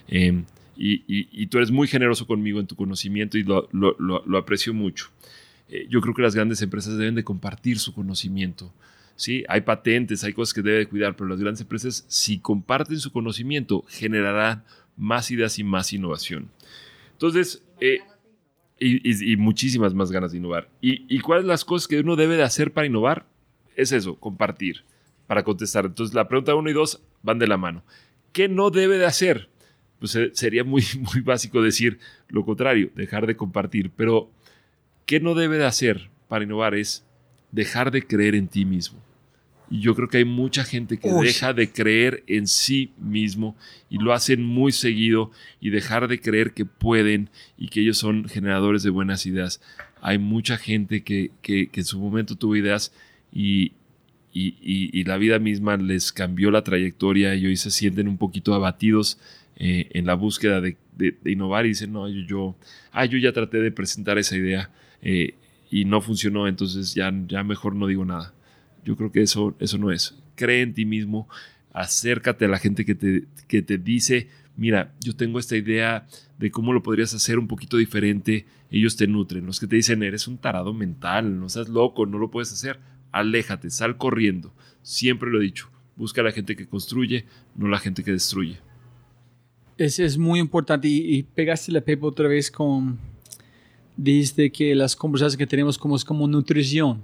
y tú eres muy generoso conmigo en tu conocimiento, y lo aprecio mucho. Yo creo que las grandes empresas deben de compartir su conocimiento. Sí, hay patentes, hay cosas que deben de cuidar, pero las grandes empresas, si comparten su conocimiento, generarán más ideas y más innovación. Entonces, y muchísimas más ganas de innovar. ¿Y cuáles son las cosas que uno debe de hacer para innovar? Es eso, compartir, para contestar. Entonces, la pregunta 1 y 2 van de la mano. ¿Qué no debe de hacer? Pues sería muy, muy básico decir lo contrario, dejar de compartir. Pero, ¿qué no debe de hacer para innovar? Es dejar de creer en ti mismo. Y yo creo que hay mucha gente que deja de creer en sí mismo, y lo hacen muy seguido, y dejar de creer que pueden y que ellos son generadores de buenas ideas. Hay mucha gente que en su momento tuvo ideas y la vida misma les cambió la trayectoria, y hoy se sienten un poquito abatidos en la búsqueda de innovar, y dicen, no, yo ya traté de presentar esa idea y no funcionó, entonces ya mejor no digo nada. Yo creo que eso no es. Cree en ti mismo, acércate a la gente que te dice, mira, yo tengo esta idea de cómo lo podrías hacer un poquito diferente. Ellos te nutren. Los que te dicen, eres un tarado mental, no seas loco, no lo puedes hacer, aléjate, sal corriendo. Siempre lo he dicho, busca a la gente que construye, no la gente que destruye. Eso es muy importante, y pegaste la pepa otra vez dijiste que las conversaciones que tenemos es como nutrición.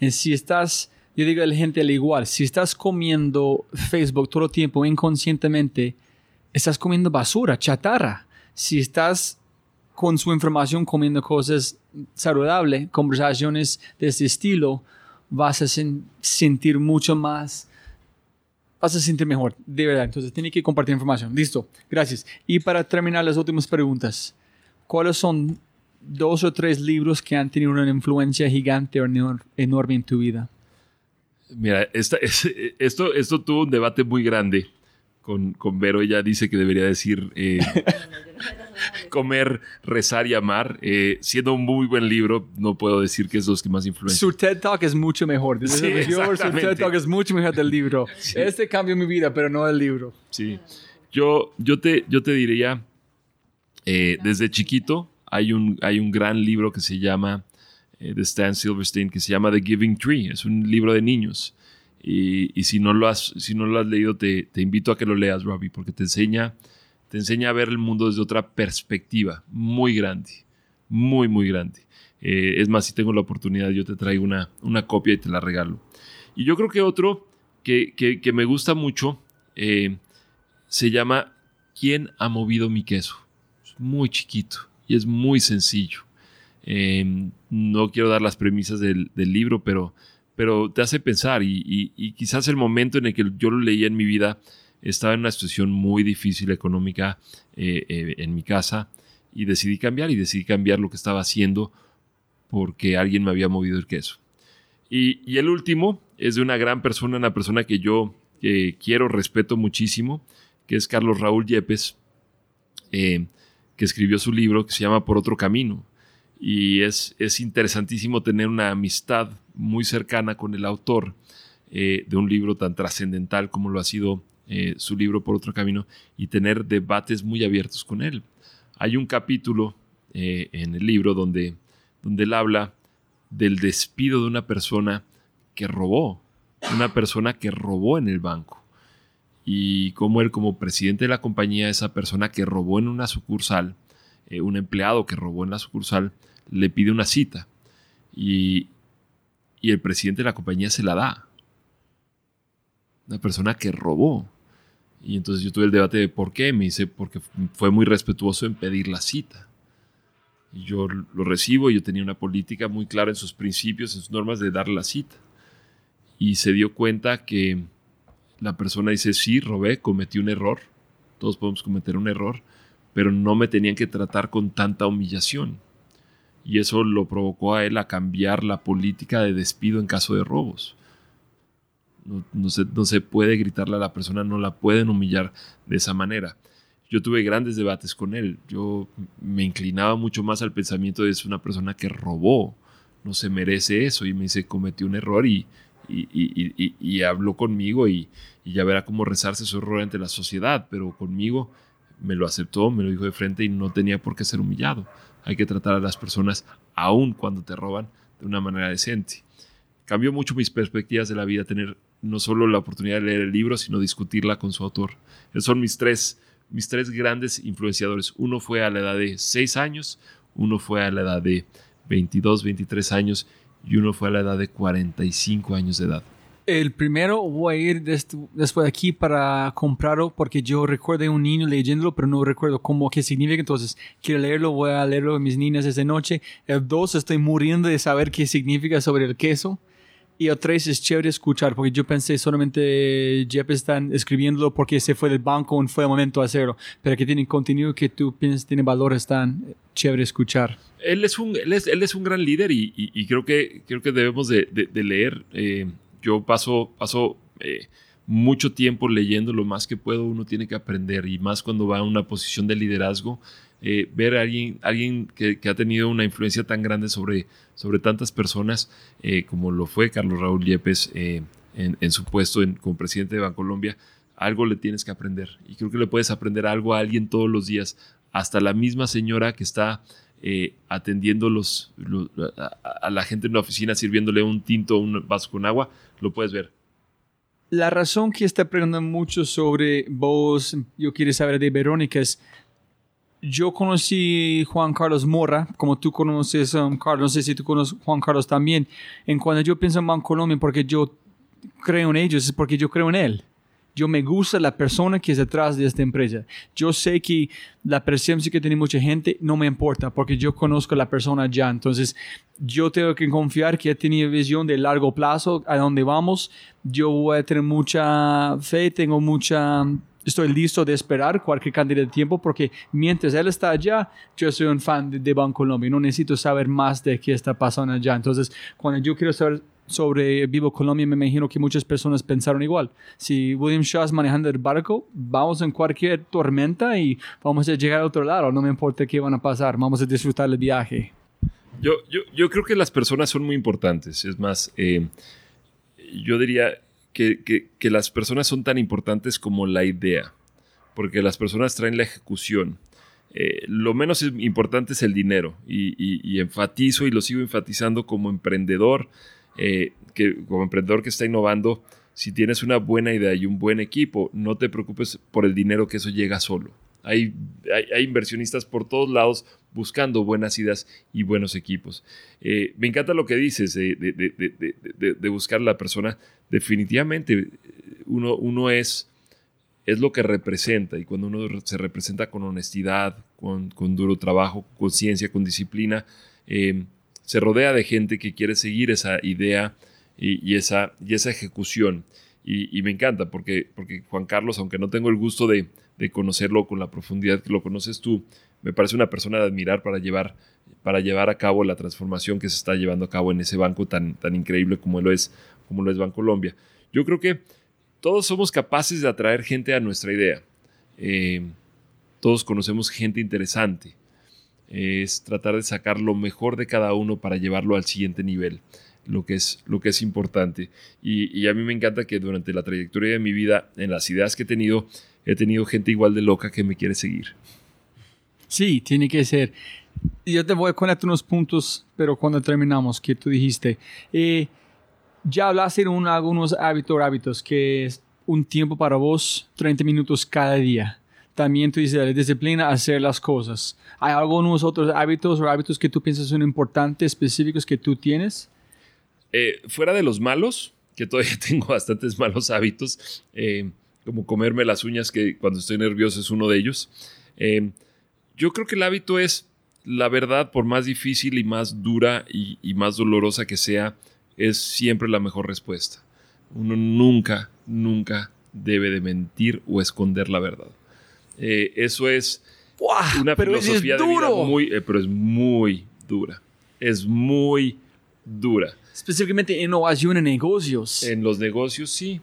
Yo digo a la gente al igual, si estás comiendo Facebook todo el tiempo inconscientemente, estás comiendo basura, chatarra. Si estás con su información comiendo cosas saludables, conversaciones de este estilo, vas a sentir mucho más, vas a sentir mejor, de verdad. Entonces, tienes que compartir información. Listo, gracias. Y para terminar, las últimas preguntas. ¿Cuáles son 2 o 3 libros que han tenido una influencia gigante o enorme en tu vida? Mira, esto tuvo un debate muy grande con Vero. Ella dice que debería decir comer, rezar y amar. Siendo un muy buen libro, no puedo decir que es los que más influencian. Su TED Talk es mucho mejor. Sí, su TED Talk es mucho mejor del libro. Sí. Cambió mi vida, pero no el libro. Sí. Yo te diría, desde chiquito hay un gran libro que se llama de Stan Silverstein, que se llama The Giving Tree. Es un libro de niños, y si no lo has leído, te invito a que lo leas, Robbie, porque te enseña a ver el mundo desde otra perspectiva muy grande, muy, muy grande. Es más, si tengo la oportunidad, yo te traigo una copia y te la regalo. Y yo creo que otro que me gusta mucho se llama ¿Quién ha movido mi queso? Es muy chiquito y es muy sencillo. No quiero dar las premisas del libro, pero te hace pensar, y quizás el momento en el que yo lo leía en mi vida, estaba en una situación muy difícil económica en mi casa, y decidí cambiar lo que estaba haciendo porque alguien me había movido el queso. Y el último es de una gran persona, una persona que yo quiero, respeto muchísimo, que es Carlos Raúl Yepes, que escribió su libro que se llama Por Otro Camino. Y es interesantísimo tener una amistad muy cercana con el autor de un libro tan trascendental como lo ha sido su libro Por Otro Camino, y tener debates muy abiertos con él. Hay un capítulo en el libro donde él habla del despido de una persona que robó en el banco. Y cómo él, como presidente de la compañía, esa persona que robó en una sucursal, un empleado que robó en la sucursal, le pide una cita. Y el presidente de la compañía se la da. Una persona que robó. Y entonces yo tuve el debate de por qué. Me dice, porque fue muy respetuoso en pedir la cita. Y yo lo recibo, y yo tenía una política muy clara en sus principios, en sus normas de darle la cita. Y se dio cuenta que la persona dice, sí, robé, cometí un error. Todos podemos cometer un error, pero no me tenían que tratar con tanta humillación. Y eso lo provocó a él a cambiar la política de despido en caso de robos. No se puede gritarle a la persona, no la pueden humillar de esa manera. Yo tuve grandes debates con él. Yo me inclinaba mucho más al pensamiento de es una persona que robó, no se merece eso. Y me dice, cometí un error y habló conmigo y ya verá cómo rezarse su error ante la sociedad. Pero conmigo me lo aceptó, me lo dijo de frente y no tenía por qué ser humillado. Hay que tratar a las personas, aun cuando te roban, de una manera decente. Cambió mucho mis perspectivas de la vida, tener no solo la oportunidad de leer el libro, sino discutirla con su autor. Esos son mis tres grandes influenciadores. Uno fue a la edad de 6 años, uno fue a la edad de 22, 23 años y uno fue a la edad de 45 años de edad. El primero voy a ir después de aquí para comprarlo porque yo recuerdo a un niño leyéndolo, pero no recuerdo qué significa. Entonces quiero leerlo, voy a leerlo con mis niñas esta noche. El 2 estoy muriendo de saber qué significa sobre el queso. Y el 3 es chévere escuchar porque yo pensé solamente Jeff están escribiéndolo porque se fue del banco y fue el momento de hacerlo. Pero que tiene contenido que tú piensas tiene valor, están chévere escuchar. Él es un gran líder y creo que debemos de leer. Yo paso mucho tiempo leyendo lo más que puedo. Uno tiene que aprender, y más cuando va a una posición de liderazgo. Ver a alguien que ha tenido una influencia tan grande sobre tantas personas como lo fue Carlos Raúl Yepes en su puesto como presidente de Bancolombia, algo le tienes que aprender. Y creo que le puedes aprender algo a alguien todos los días. Hasta la misma señora que está atendiendo a la gente en la oficina, sirviéndole un tinto o un vaso con agua, lo puedes ver. La razón que está preguntando mucho sobre vos, yo quiero saber de Verónica, es yo conocí Juan Carlos Mora, como tú conoces Carlos, no sé si tú conoces Juan Carlos también. En cuando yo pienso en Bancolombia, porque yo creo en ellos, es porque yo creo en él. Yo me gusta la persona que es detrás de esta empresa. Yo sé que la presencia que tiene mucha gente no me importa porque yo conozco a la persona ya. Entonces, yo tengo que confiar que ha tenido visión de largo plazo a dónde vamos. Yo voy a tener mucha fe, estoy listo de esperar cualquier cantidad de tiempo porque mientras él está allá, yo soy un fan de Bancolombia. No necesito saber más de qué está pasando allá. Entonces, cuando yo quiero saber sobre Vivo Colombia, me imagino que muchas personas pensaron igual. Si William Shaw es manejando el barco, vamos en cualquier tormenta y vamos a llegar al otro lado. No me importa qué van a pasar. Vamos a disfrutar el viaje. Yo creo que las personas son muy importantes. Es más, yo diría que las personas son tan importantes como la idea, porque las personas traen la ejecución. Lo menos importante es el dinero y enfatizo y lo sigo enfatizando como emprendedor, como emprendedor que está innovando. Si tienes una buena idea y un buen equipo, no te preocupes por el dinero, que eso llega solo. Hay inversionistas por todos lados buscando buenas ideas y buenos equipos. Me encanta lo que dices de buscar a la persona. Definitivamente uno es lo que representa, y cuando uno se representa con honestidad, con duro trabajo, con ciencia, con disciplina, se rodea de gente que quiere seguir esa idea y esa ejecución. Y me encanta porque Juan Carlos, aunque no tengo el gusto de conocerlo con la profundidad que lo conoces tú, me parece una persona de admirar para llevar a cabo la transformación que se está llevando a cabo en ese banco tan increíble como lo es Bancolombia. Yo creo que todos somos capaces de atraer gente a nuestra idea. Todos conocemos gente interesante. Es tratar de sacar lo mejor de cada uno para llevarlo al siguiente nivel, lo que es importante. Y a mí me encanta que durante la trayectoria de mi vida, en las ideas que he tenido gente igual de loca que me quiere seguir. Sí, tiene que ser. Yo te voy a conectar unos puntos, pero cuando terminamos, que tú dijiste, ya hablaste de algunos hábitos, que es un tiempo para vos, 30 minutos cada día. También tú dices, la disciplina, hacer las cosas. ¿Hay algunos otros hábitos que tú piensas son importantes, específicos que tú tienes? Fuera de los malos, que todavía tengo bastantes malos hábitos, como comerme las uñas, que cuando estoy nervioso es uno de ellos. Yo creo que el hábito es, la verdad, por más difícil y más dura y más dolorosa que sea, es siempre la mejor respuesta. Uno nunca debe de mentir o esconder la verdad. Eso es una filosofía de vida pero es muy dura. Es muy dura. Específicamente en innovación en negocios. En los negocios, sí.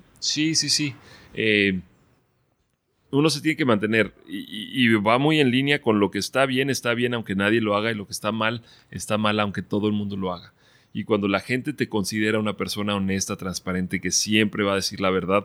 Uno se tiene que mantener y va muy en línea con lo que está bien, aunque nadie lo haga, y lo que está mal, aunque todo el mundo lo haga. Y cuando la gente te considera una persona honesta, transparente, que siempre va a decir la verdad,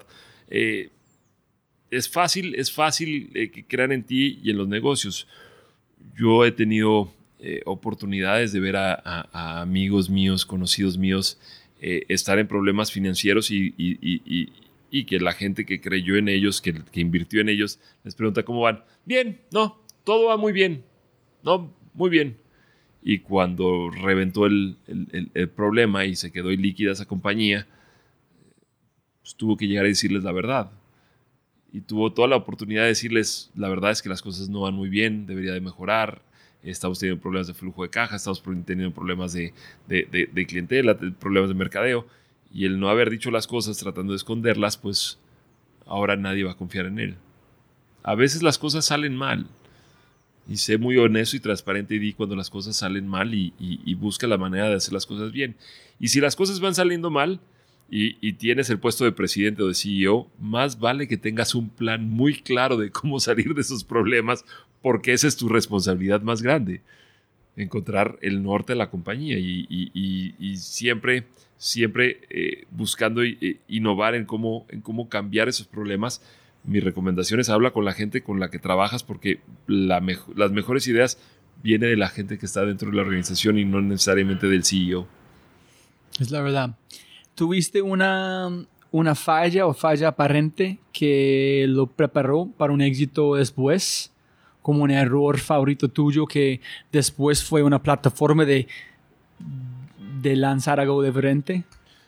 es fácil que crean en ti y en los negocios. Yo he tenido oportunidades de ver a amigos míos, conocidos míos, estar en problemas financieros y que la gente que creyó en ellos, que invirtió en ellos, les pregunta cómo van. Bien, no, todo va muy bien. No, muy bien. Y cuando reventó el problema y se quedó ilíquida esa compañía, pues tuvo que llegar a decirles la verdad. Y tuvo toda la oportunidad de decirles, la verdad es que las cosas no van muy bien, debería de mejorar, estamos teniendo problemas de flujo de caja, estamos teniendo problemas de clientela, problemas de mercadeo. Y el no haber dicho las cosas tratando de esconderlas, pues ahora nadie va a confiar en él. A veces las cosas salen mal. Y sé muy honesto y transparente y di cuando las cosas salen mal y busca la manera de hacer las cosas bien. Y si las cosas van saliendo mal y tienes el puesto de presidente o de CEO, más vale que tengas un plan muy claro de cómo salir de esos problemas, porque esa es tu responsabilidad más grande. Encontrar el norte de la compañía y siempre buscando innovar en cómo cambiar esos problemas. Mi recomendación es habla con la gente con la que trabajas, porque las mejores ideas vienen de la gente que está dentro de la organización y no necesariamente del CEO. Es la verdad. ¿Tuviste una falla o falla aparente que lo preparó para un éxito después? Como un error favorito tuyo que después fue una plataforma de lanzar algo diferente.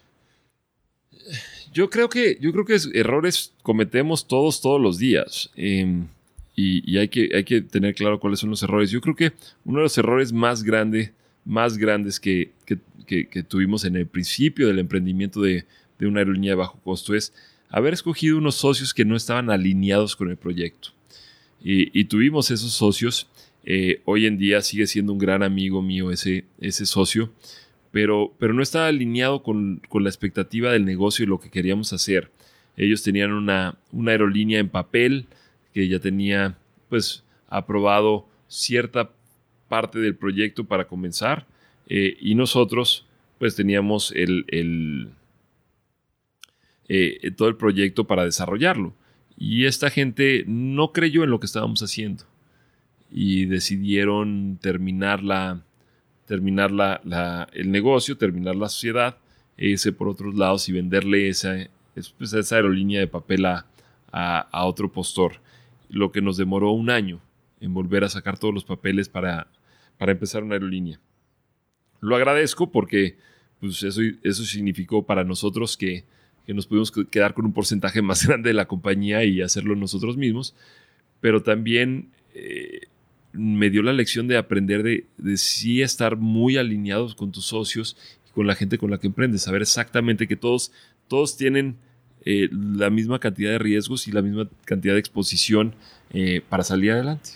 Yo creo que errores cometemos todos los días, y hay que tener claro cuáles son los errores. Yo creo que uno de los errores más grandes que tuvimos en el principio del emprendimiento de una aerolínea de bajo costo es haber escogido unos socios que no estaban alineados con el proyecto. Y tuvimos esos socios. Hoy en día sigue siendo un gran amigo mío ese socio, pero no estaba alineado con la expectativa del negocio y lo que queríamos hacer. Ellos tenían una aerolínea en papel que ya tenía pues aprobado cierta parte del proyecto para comenzar, y nosotros pues teníamos todo el proyecto para desarrollarlo. Y esta gente no creyó en lo que estábamos haciendo y decidieron terminar el negocio, terminar la sociedad, irse por otros lados y venderle esa aerolínea de papel a otro postor. Lo que nos demoró un año en volver a sacar todos los papeles para empezar una aerolínea. Lo agradezco porque pues, eso significó para nosotros que nos pudimos quedar con un porcentaje más grande de la compañía y hacerlo nosotros mismos, pero también me dio la lección de aprender de sí estar muy alineados con tus socios y con la gente con la que emprendes, saber exactamente que todos tienen la misma cantidad de riesgos y la misma cantidad de exposición para salir adelante.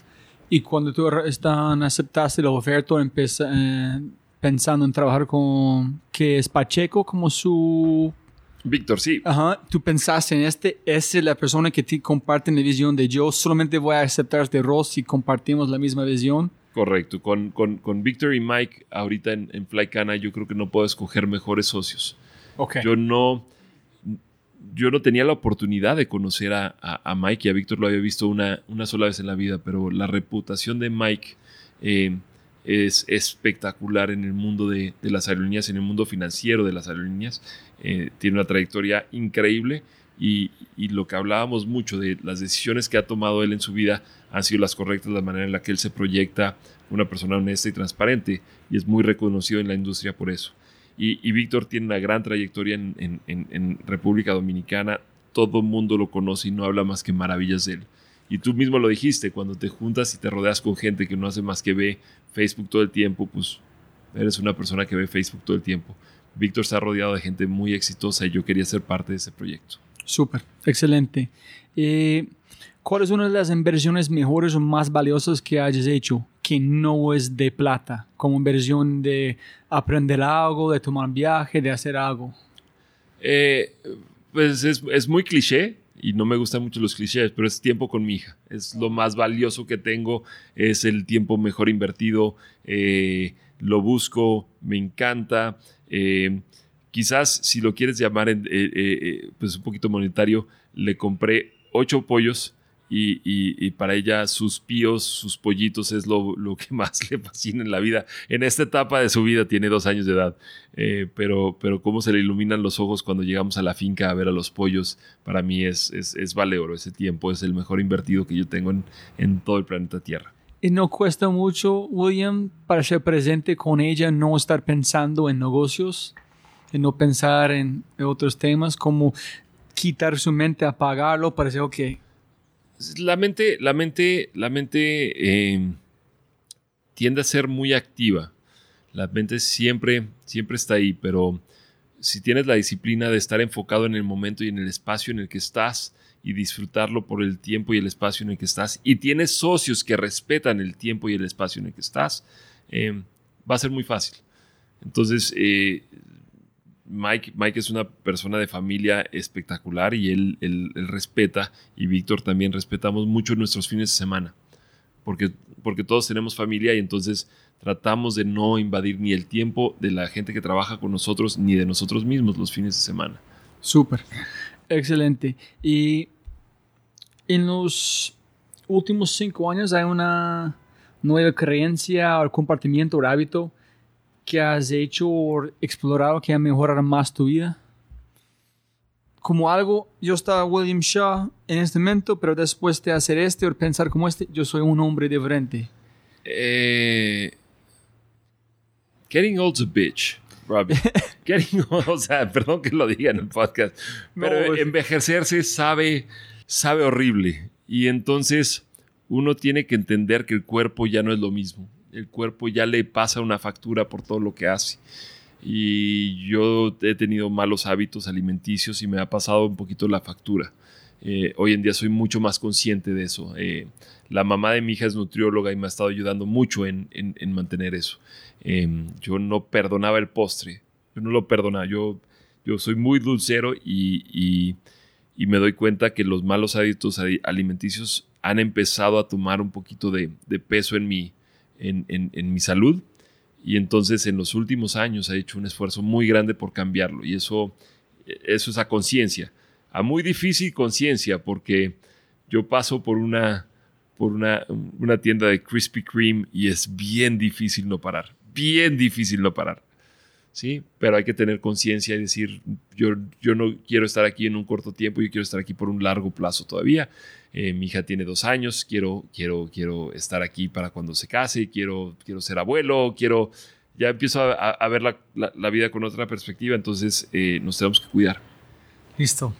Y cuando tú aceptaste la oferta, pensando en trabajar con, que es Pacheco como su... Víctor, sí. Ajá, tú pensaste en esa es la persona que te comparte la visión de yo solamente voy a aceptar este rol si compartimos la misma visión. Correcto. Con Víctor y Mike, ahorita en Flycana, yo creo que no puedo escoger mejores socios. Okay. Yo no tenía la oportunidad de conocer a Mike y a Víctor lo había visto una sola vez en la vida, pero la reputación de Mike es espectacular en el mundo de las aerolíneas, en el mundo financiero de las aerolíneas. Tiene una trayectoria increíble y lo que hablábamos mucho de las decisiones que ha tomado él en su vida han sido las correctas, la manera en la que él se proyecta, una persona honesta y transparente, y es muy reconocido en la industria por eso. Y Víctor tiene una gran trayectoria en República Dominicana. Todo el mundo lo conoce y no habla más que maravillas de él. Y tú mismo lo dijiste, cuando te juntas y te rodeas con gente que no hace más que ve Facebook todo el tiempo, pues eres una persona que ve Facebook todo el tiempo. Víctor está rodeado de gente muy exitosa y yo quería ser parte de ese proyecto. Súper, excelente. ¿Cuál es una de las inversiones mejores o más valiosas que hayas hecho que no es de plata? Como inversión de aprender algo, de tomar un viaje, de hacer algo. Pues es muy cliché y no me gustan mucho los clichés, pero es tiempo con mi hija. Es lo más valioso que tengo, es el tiempo mejor invertido. Lo busco, me encanta. Quizás si lo quieres llamar pues un poquito monetario, le compré 8 pollos y para ella sus píos, sus pollitos es lo que más le fascina en la vida. En esta etapa de su vida, tiene 2 años de edad, pero cómo se le iluminan los ojos cuando llegamos a la finca a ver a los pollos, para mí es vale oro. Ese tiempo es el mejor invertido que yo tengo en todo el planeta Tierra. Y no cuesta mucho, William, para ser presente con ella, no estar pensando en negocios, en no pensar en otros temas, como quitar su mente, apagarlo, para decir, ok. La mente tiende a ser muy activa. La mente siempre está ahí, pero si tienes la disciplina de estar enfocado en el momento y en el espacio en el que estás y disfrutarlo por el tiempo y el espacio en el que estás, y tienes socios que respetan el tiempo y el espacio en el que estás, va a ser muy fácil. Entonces, Mike es una persona de familia espectacular y él respeta, y Víctor también respetamos mucho nuestros fines de semana, porque todos tenemos familia y entonces tratamos de no invadir ni el tiempo de la gente que trabaja con nosotros ni de nosotros mismos los fines de semana. Súper, excelente. Y en los últimos 5 años hay una nueva creencia o comportamiento o hábito que has hecho o explorado que ha mejorado más tu vida? Como algo, yo estaba William Shaw en este momento, pero después de hacer o pensar como yo soy un hombre diferente. Getting old's a bitch, Robbie. Getting old, o sea, perdón que lo diga en el podcast, pero envejecerse sabe horrible. Y entonces uno tiene que entender que el cuerpo ya no es lo mismo. El cuerpo ya le pasa una factura por todo lo que hace. Y yo he tenido malos hábitos alimenticios y me ha pasado un poquito la factura. Hoy en día soy mucho más consciente de eso. La mamá de mi hija es nutrióloga y me ha estado ayudando mucho en mantener eso. Yo no perdonaba el postre. Yo no lo perdonaba. Yo soy muy dulcero y me doy cuenta que los malos hábitos alimenticios han empezado a tomar un poquito de peso en mi salud, y entonces en los últimos años he hecho un esfuerzo muy grande por cambiarlo, y eso es a conciencia, a muy difícil conciencia, porque yo paso por una tienda de Krispy Kreme y es bien difícil no parar, ¿sí? Pero hay que tener conciencia y decir, yo no quiero estar aquí en un corto tiempo, yo quiero estar aquí por un largo plazo todavía. Mi hija tiene 2 años, quiero estar aquí para cuando se case, quiero ser abuelo, ya empiezo a ver la vida con otra perspectiva, entonces nos tenemos que cuidar. Listo.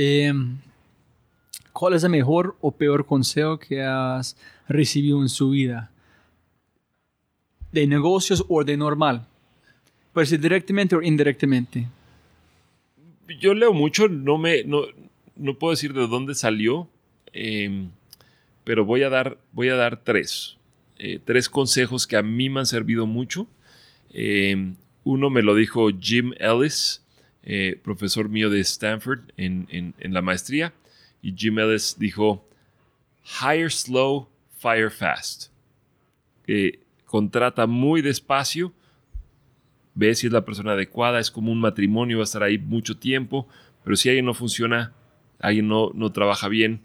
¿Cuál es el mejor o peor consejo que has recibido en su vida? ¿De negocios o de normal? Puede ser directamente o indirectamente. Yo leo mucho, no puedo decir de dónde salió, pero voy a dar 3. 3 consejos que a mí me han servido mucho. Uno me lo dijo Jim Ellis, profesor mío de Stanford en la maestría. Y Jim Ellis dijo, hire slow, fire fast. Contrata muy despacio, ve si es la persona adecuada, es como un matrimonio, va a estar ahí mucho tiempo, pero si alguien no funciona, alguien no trabaja bien,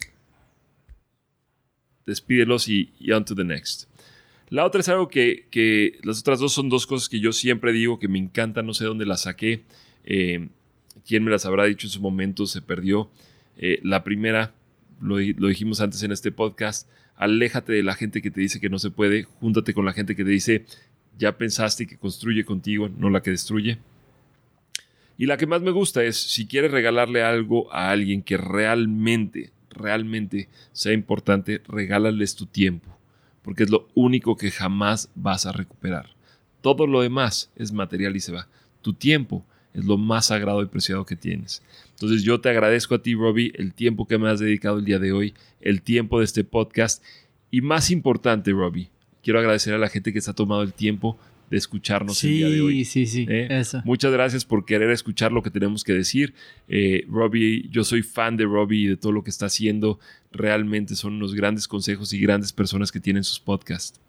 despídelos y on to the next. La otra es algo que las otras 2 son 2 cosas que yo siempre digo que me encantan, no sé dónde las saqué, quién me las habrá dicho en su momento, se perdió. La primera, lo dijimos antes en este podcast, aléjate de la gente que te dice que no se puede, júntate con la gente que te dice ya pensaste que construye contigo, no la que destruye. Y la que más me gusta es, si quieres regalarle algo a alguien que realmente sea importante, regálales tu tiempo, porque es lo único que jamás vas a recuperar. Todo lo demás es material y se va. Tu tiempo es lo más sagrado y preciado que tienes. Entonces yo te agradezco a ti, Robbie, el tiempo que me has dedicado el día de hoy, el tiempo de este podcast. Y más importante, Robbie, quiero agradecer a la gente que se ha tomado el tiempo de escucharnos el día de hoy. Sí, eso. Muchas gracias por querer escuchar lo que tenemos que decir. Robbie, yo soy fan de Robbie y de todo lo que está haciendo. Realmente son unos grandes consejos y grandes personas que tienen sus podcasts.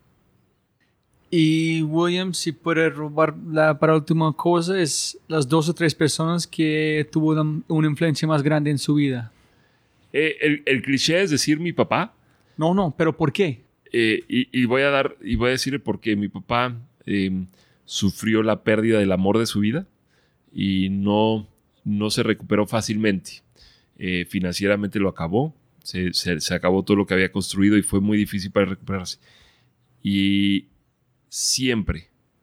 Y William, si puede robar para última cosa, es las 2 o 3 personas que tuvo una influencia más grande en su vida. El cliché es decir mi papá. No, pero ¿por qué? Y voy a decir por qué. Mi papá sufrió la pérdida del amor de su vida y no se recuperó fácilmente. Financieramente lo acabó. Se acabó todo lo que había construido y fue muy difícil para recuperarse. Y siempre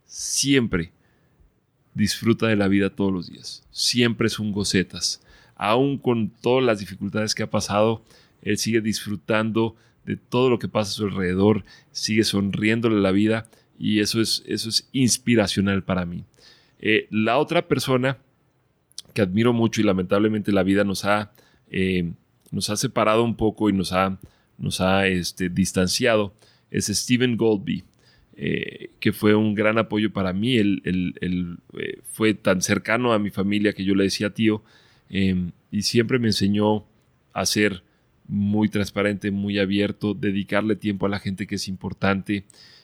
disfruta de la vida todos los días. Siempre es un gocetas. Aún con todas las dificultades que ha pasado, él sigue disfrutando de todo lo que pasa a su alrededor, sigue sonriéndole a la vida y eso es inspiracional para mí. La otra persona que admiro mucho y lamentablemente la vida nos ha separado un poco y nos ha distanciado es Stephen Goldby. Que fue un gran apoyo para mí. Él fue tan cercano a mi familia que yo le decía tío, y siempre me enseñó a ser muy transparente, muy abierto, dedicarle tiempo a la gente que es importante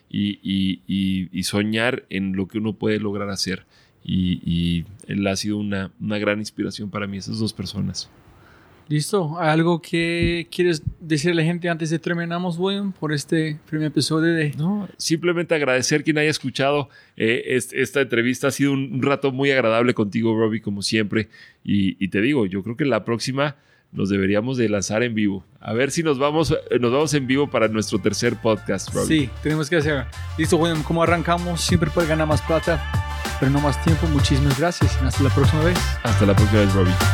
y soñar en lo que uno puede lograr hacer. Y él ha sido una gran inspiración para mí, esas 2 personas. Listo. ¿Algo que quieres decirle a la gente antes de terminamos, William, por este primer episodio de...? No, simplemente agradecer quien haya escuchado esta entrevista. Ha sido un rato muy agradable contigo, Robbie, como siempre. Y te digo, yo creo que la próxima nos deberíamos de lanzar en vivo. A ver si nos vamos en vivo para nuestro tercer podcast, Robbie. Sí, tenemos que hacer. Listo, William, como arrancamos, siempre puede ganar más plata, pero no más tiempo. Muchísimas gracias. Hasta la próxima vez. Hasta la próxima vez, Robbie.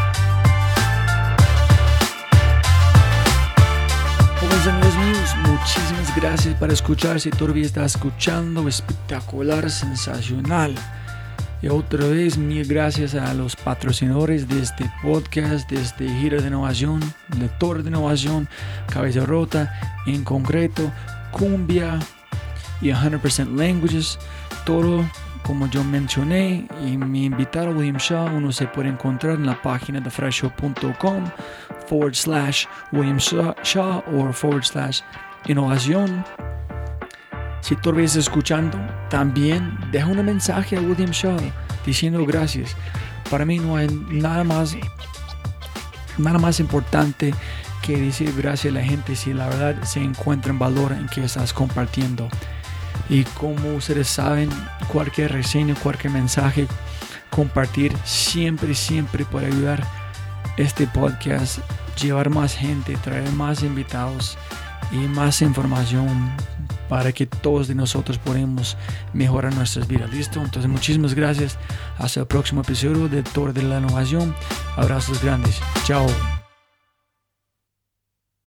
Amigos míos, muchísimas gracias por escuchar. Si todavía está escuchando, espectacular, sensacional. Y otra vez, mil gracias a los patrocinadores de este podcast, de este Gira de Innovación, de Torre de Innovación, Cabeza Rota, en concreto, Cumbia y 100% Languages. Todo, como yo mencioné, y mi invitado William Shaw, uno se puede encontrar en la página de freshshow.com/William Shaw o /innovación. Si todavía estás escuchando, también deja un mensaje a William Shaw diciendo gracias. Para mí no hay nada más importante que decir gracias a la gente si la verdad se encuentra en valor en que estás compartiendo. Y como ustedes saben, cualquier reseña, cualquier mensaje, compartir siempre puede ayudar este podcast, llevar más gente, traer más invitados y más información para que todos de nosotros podamos mejorar nuestras vidas. ¿Listo? Entonces, muchísimas gracias. Hasta el próximo episodio de Torre de la Innovación. Abrazos grandes. Chao.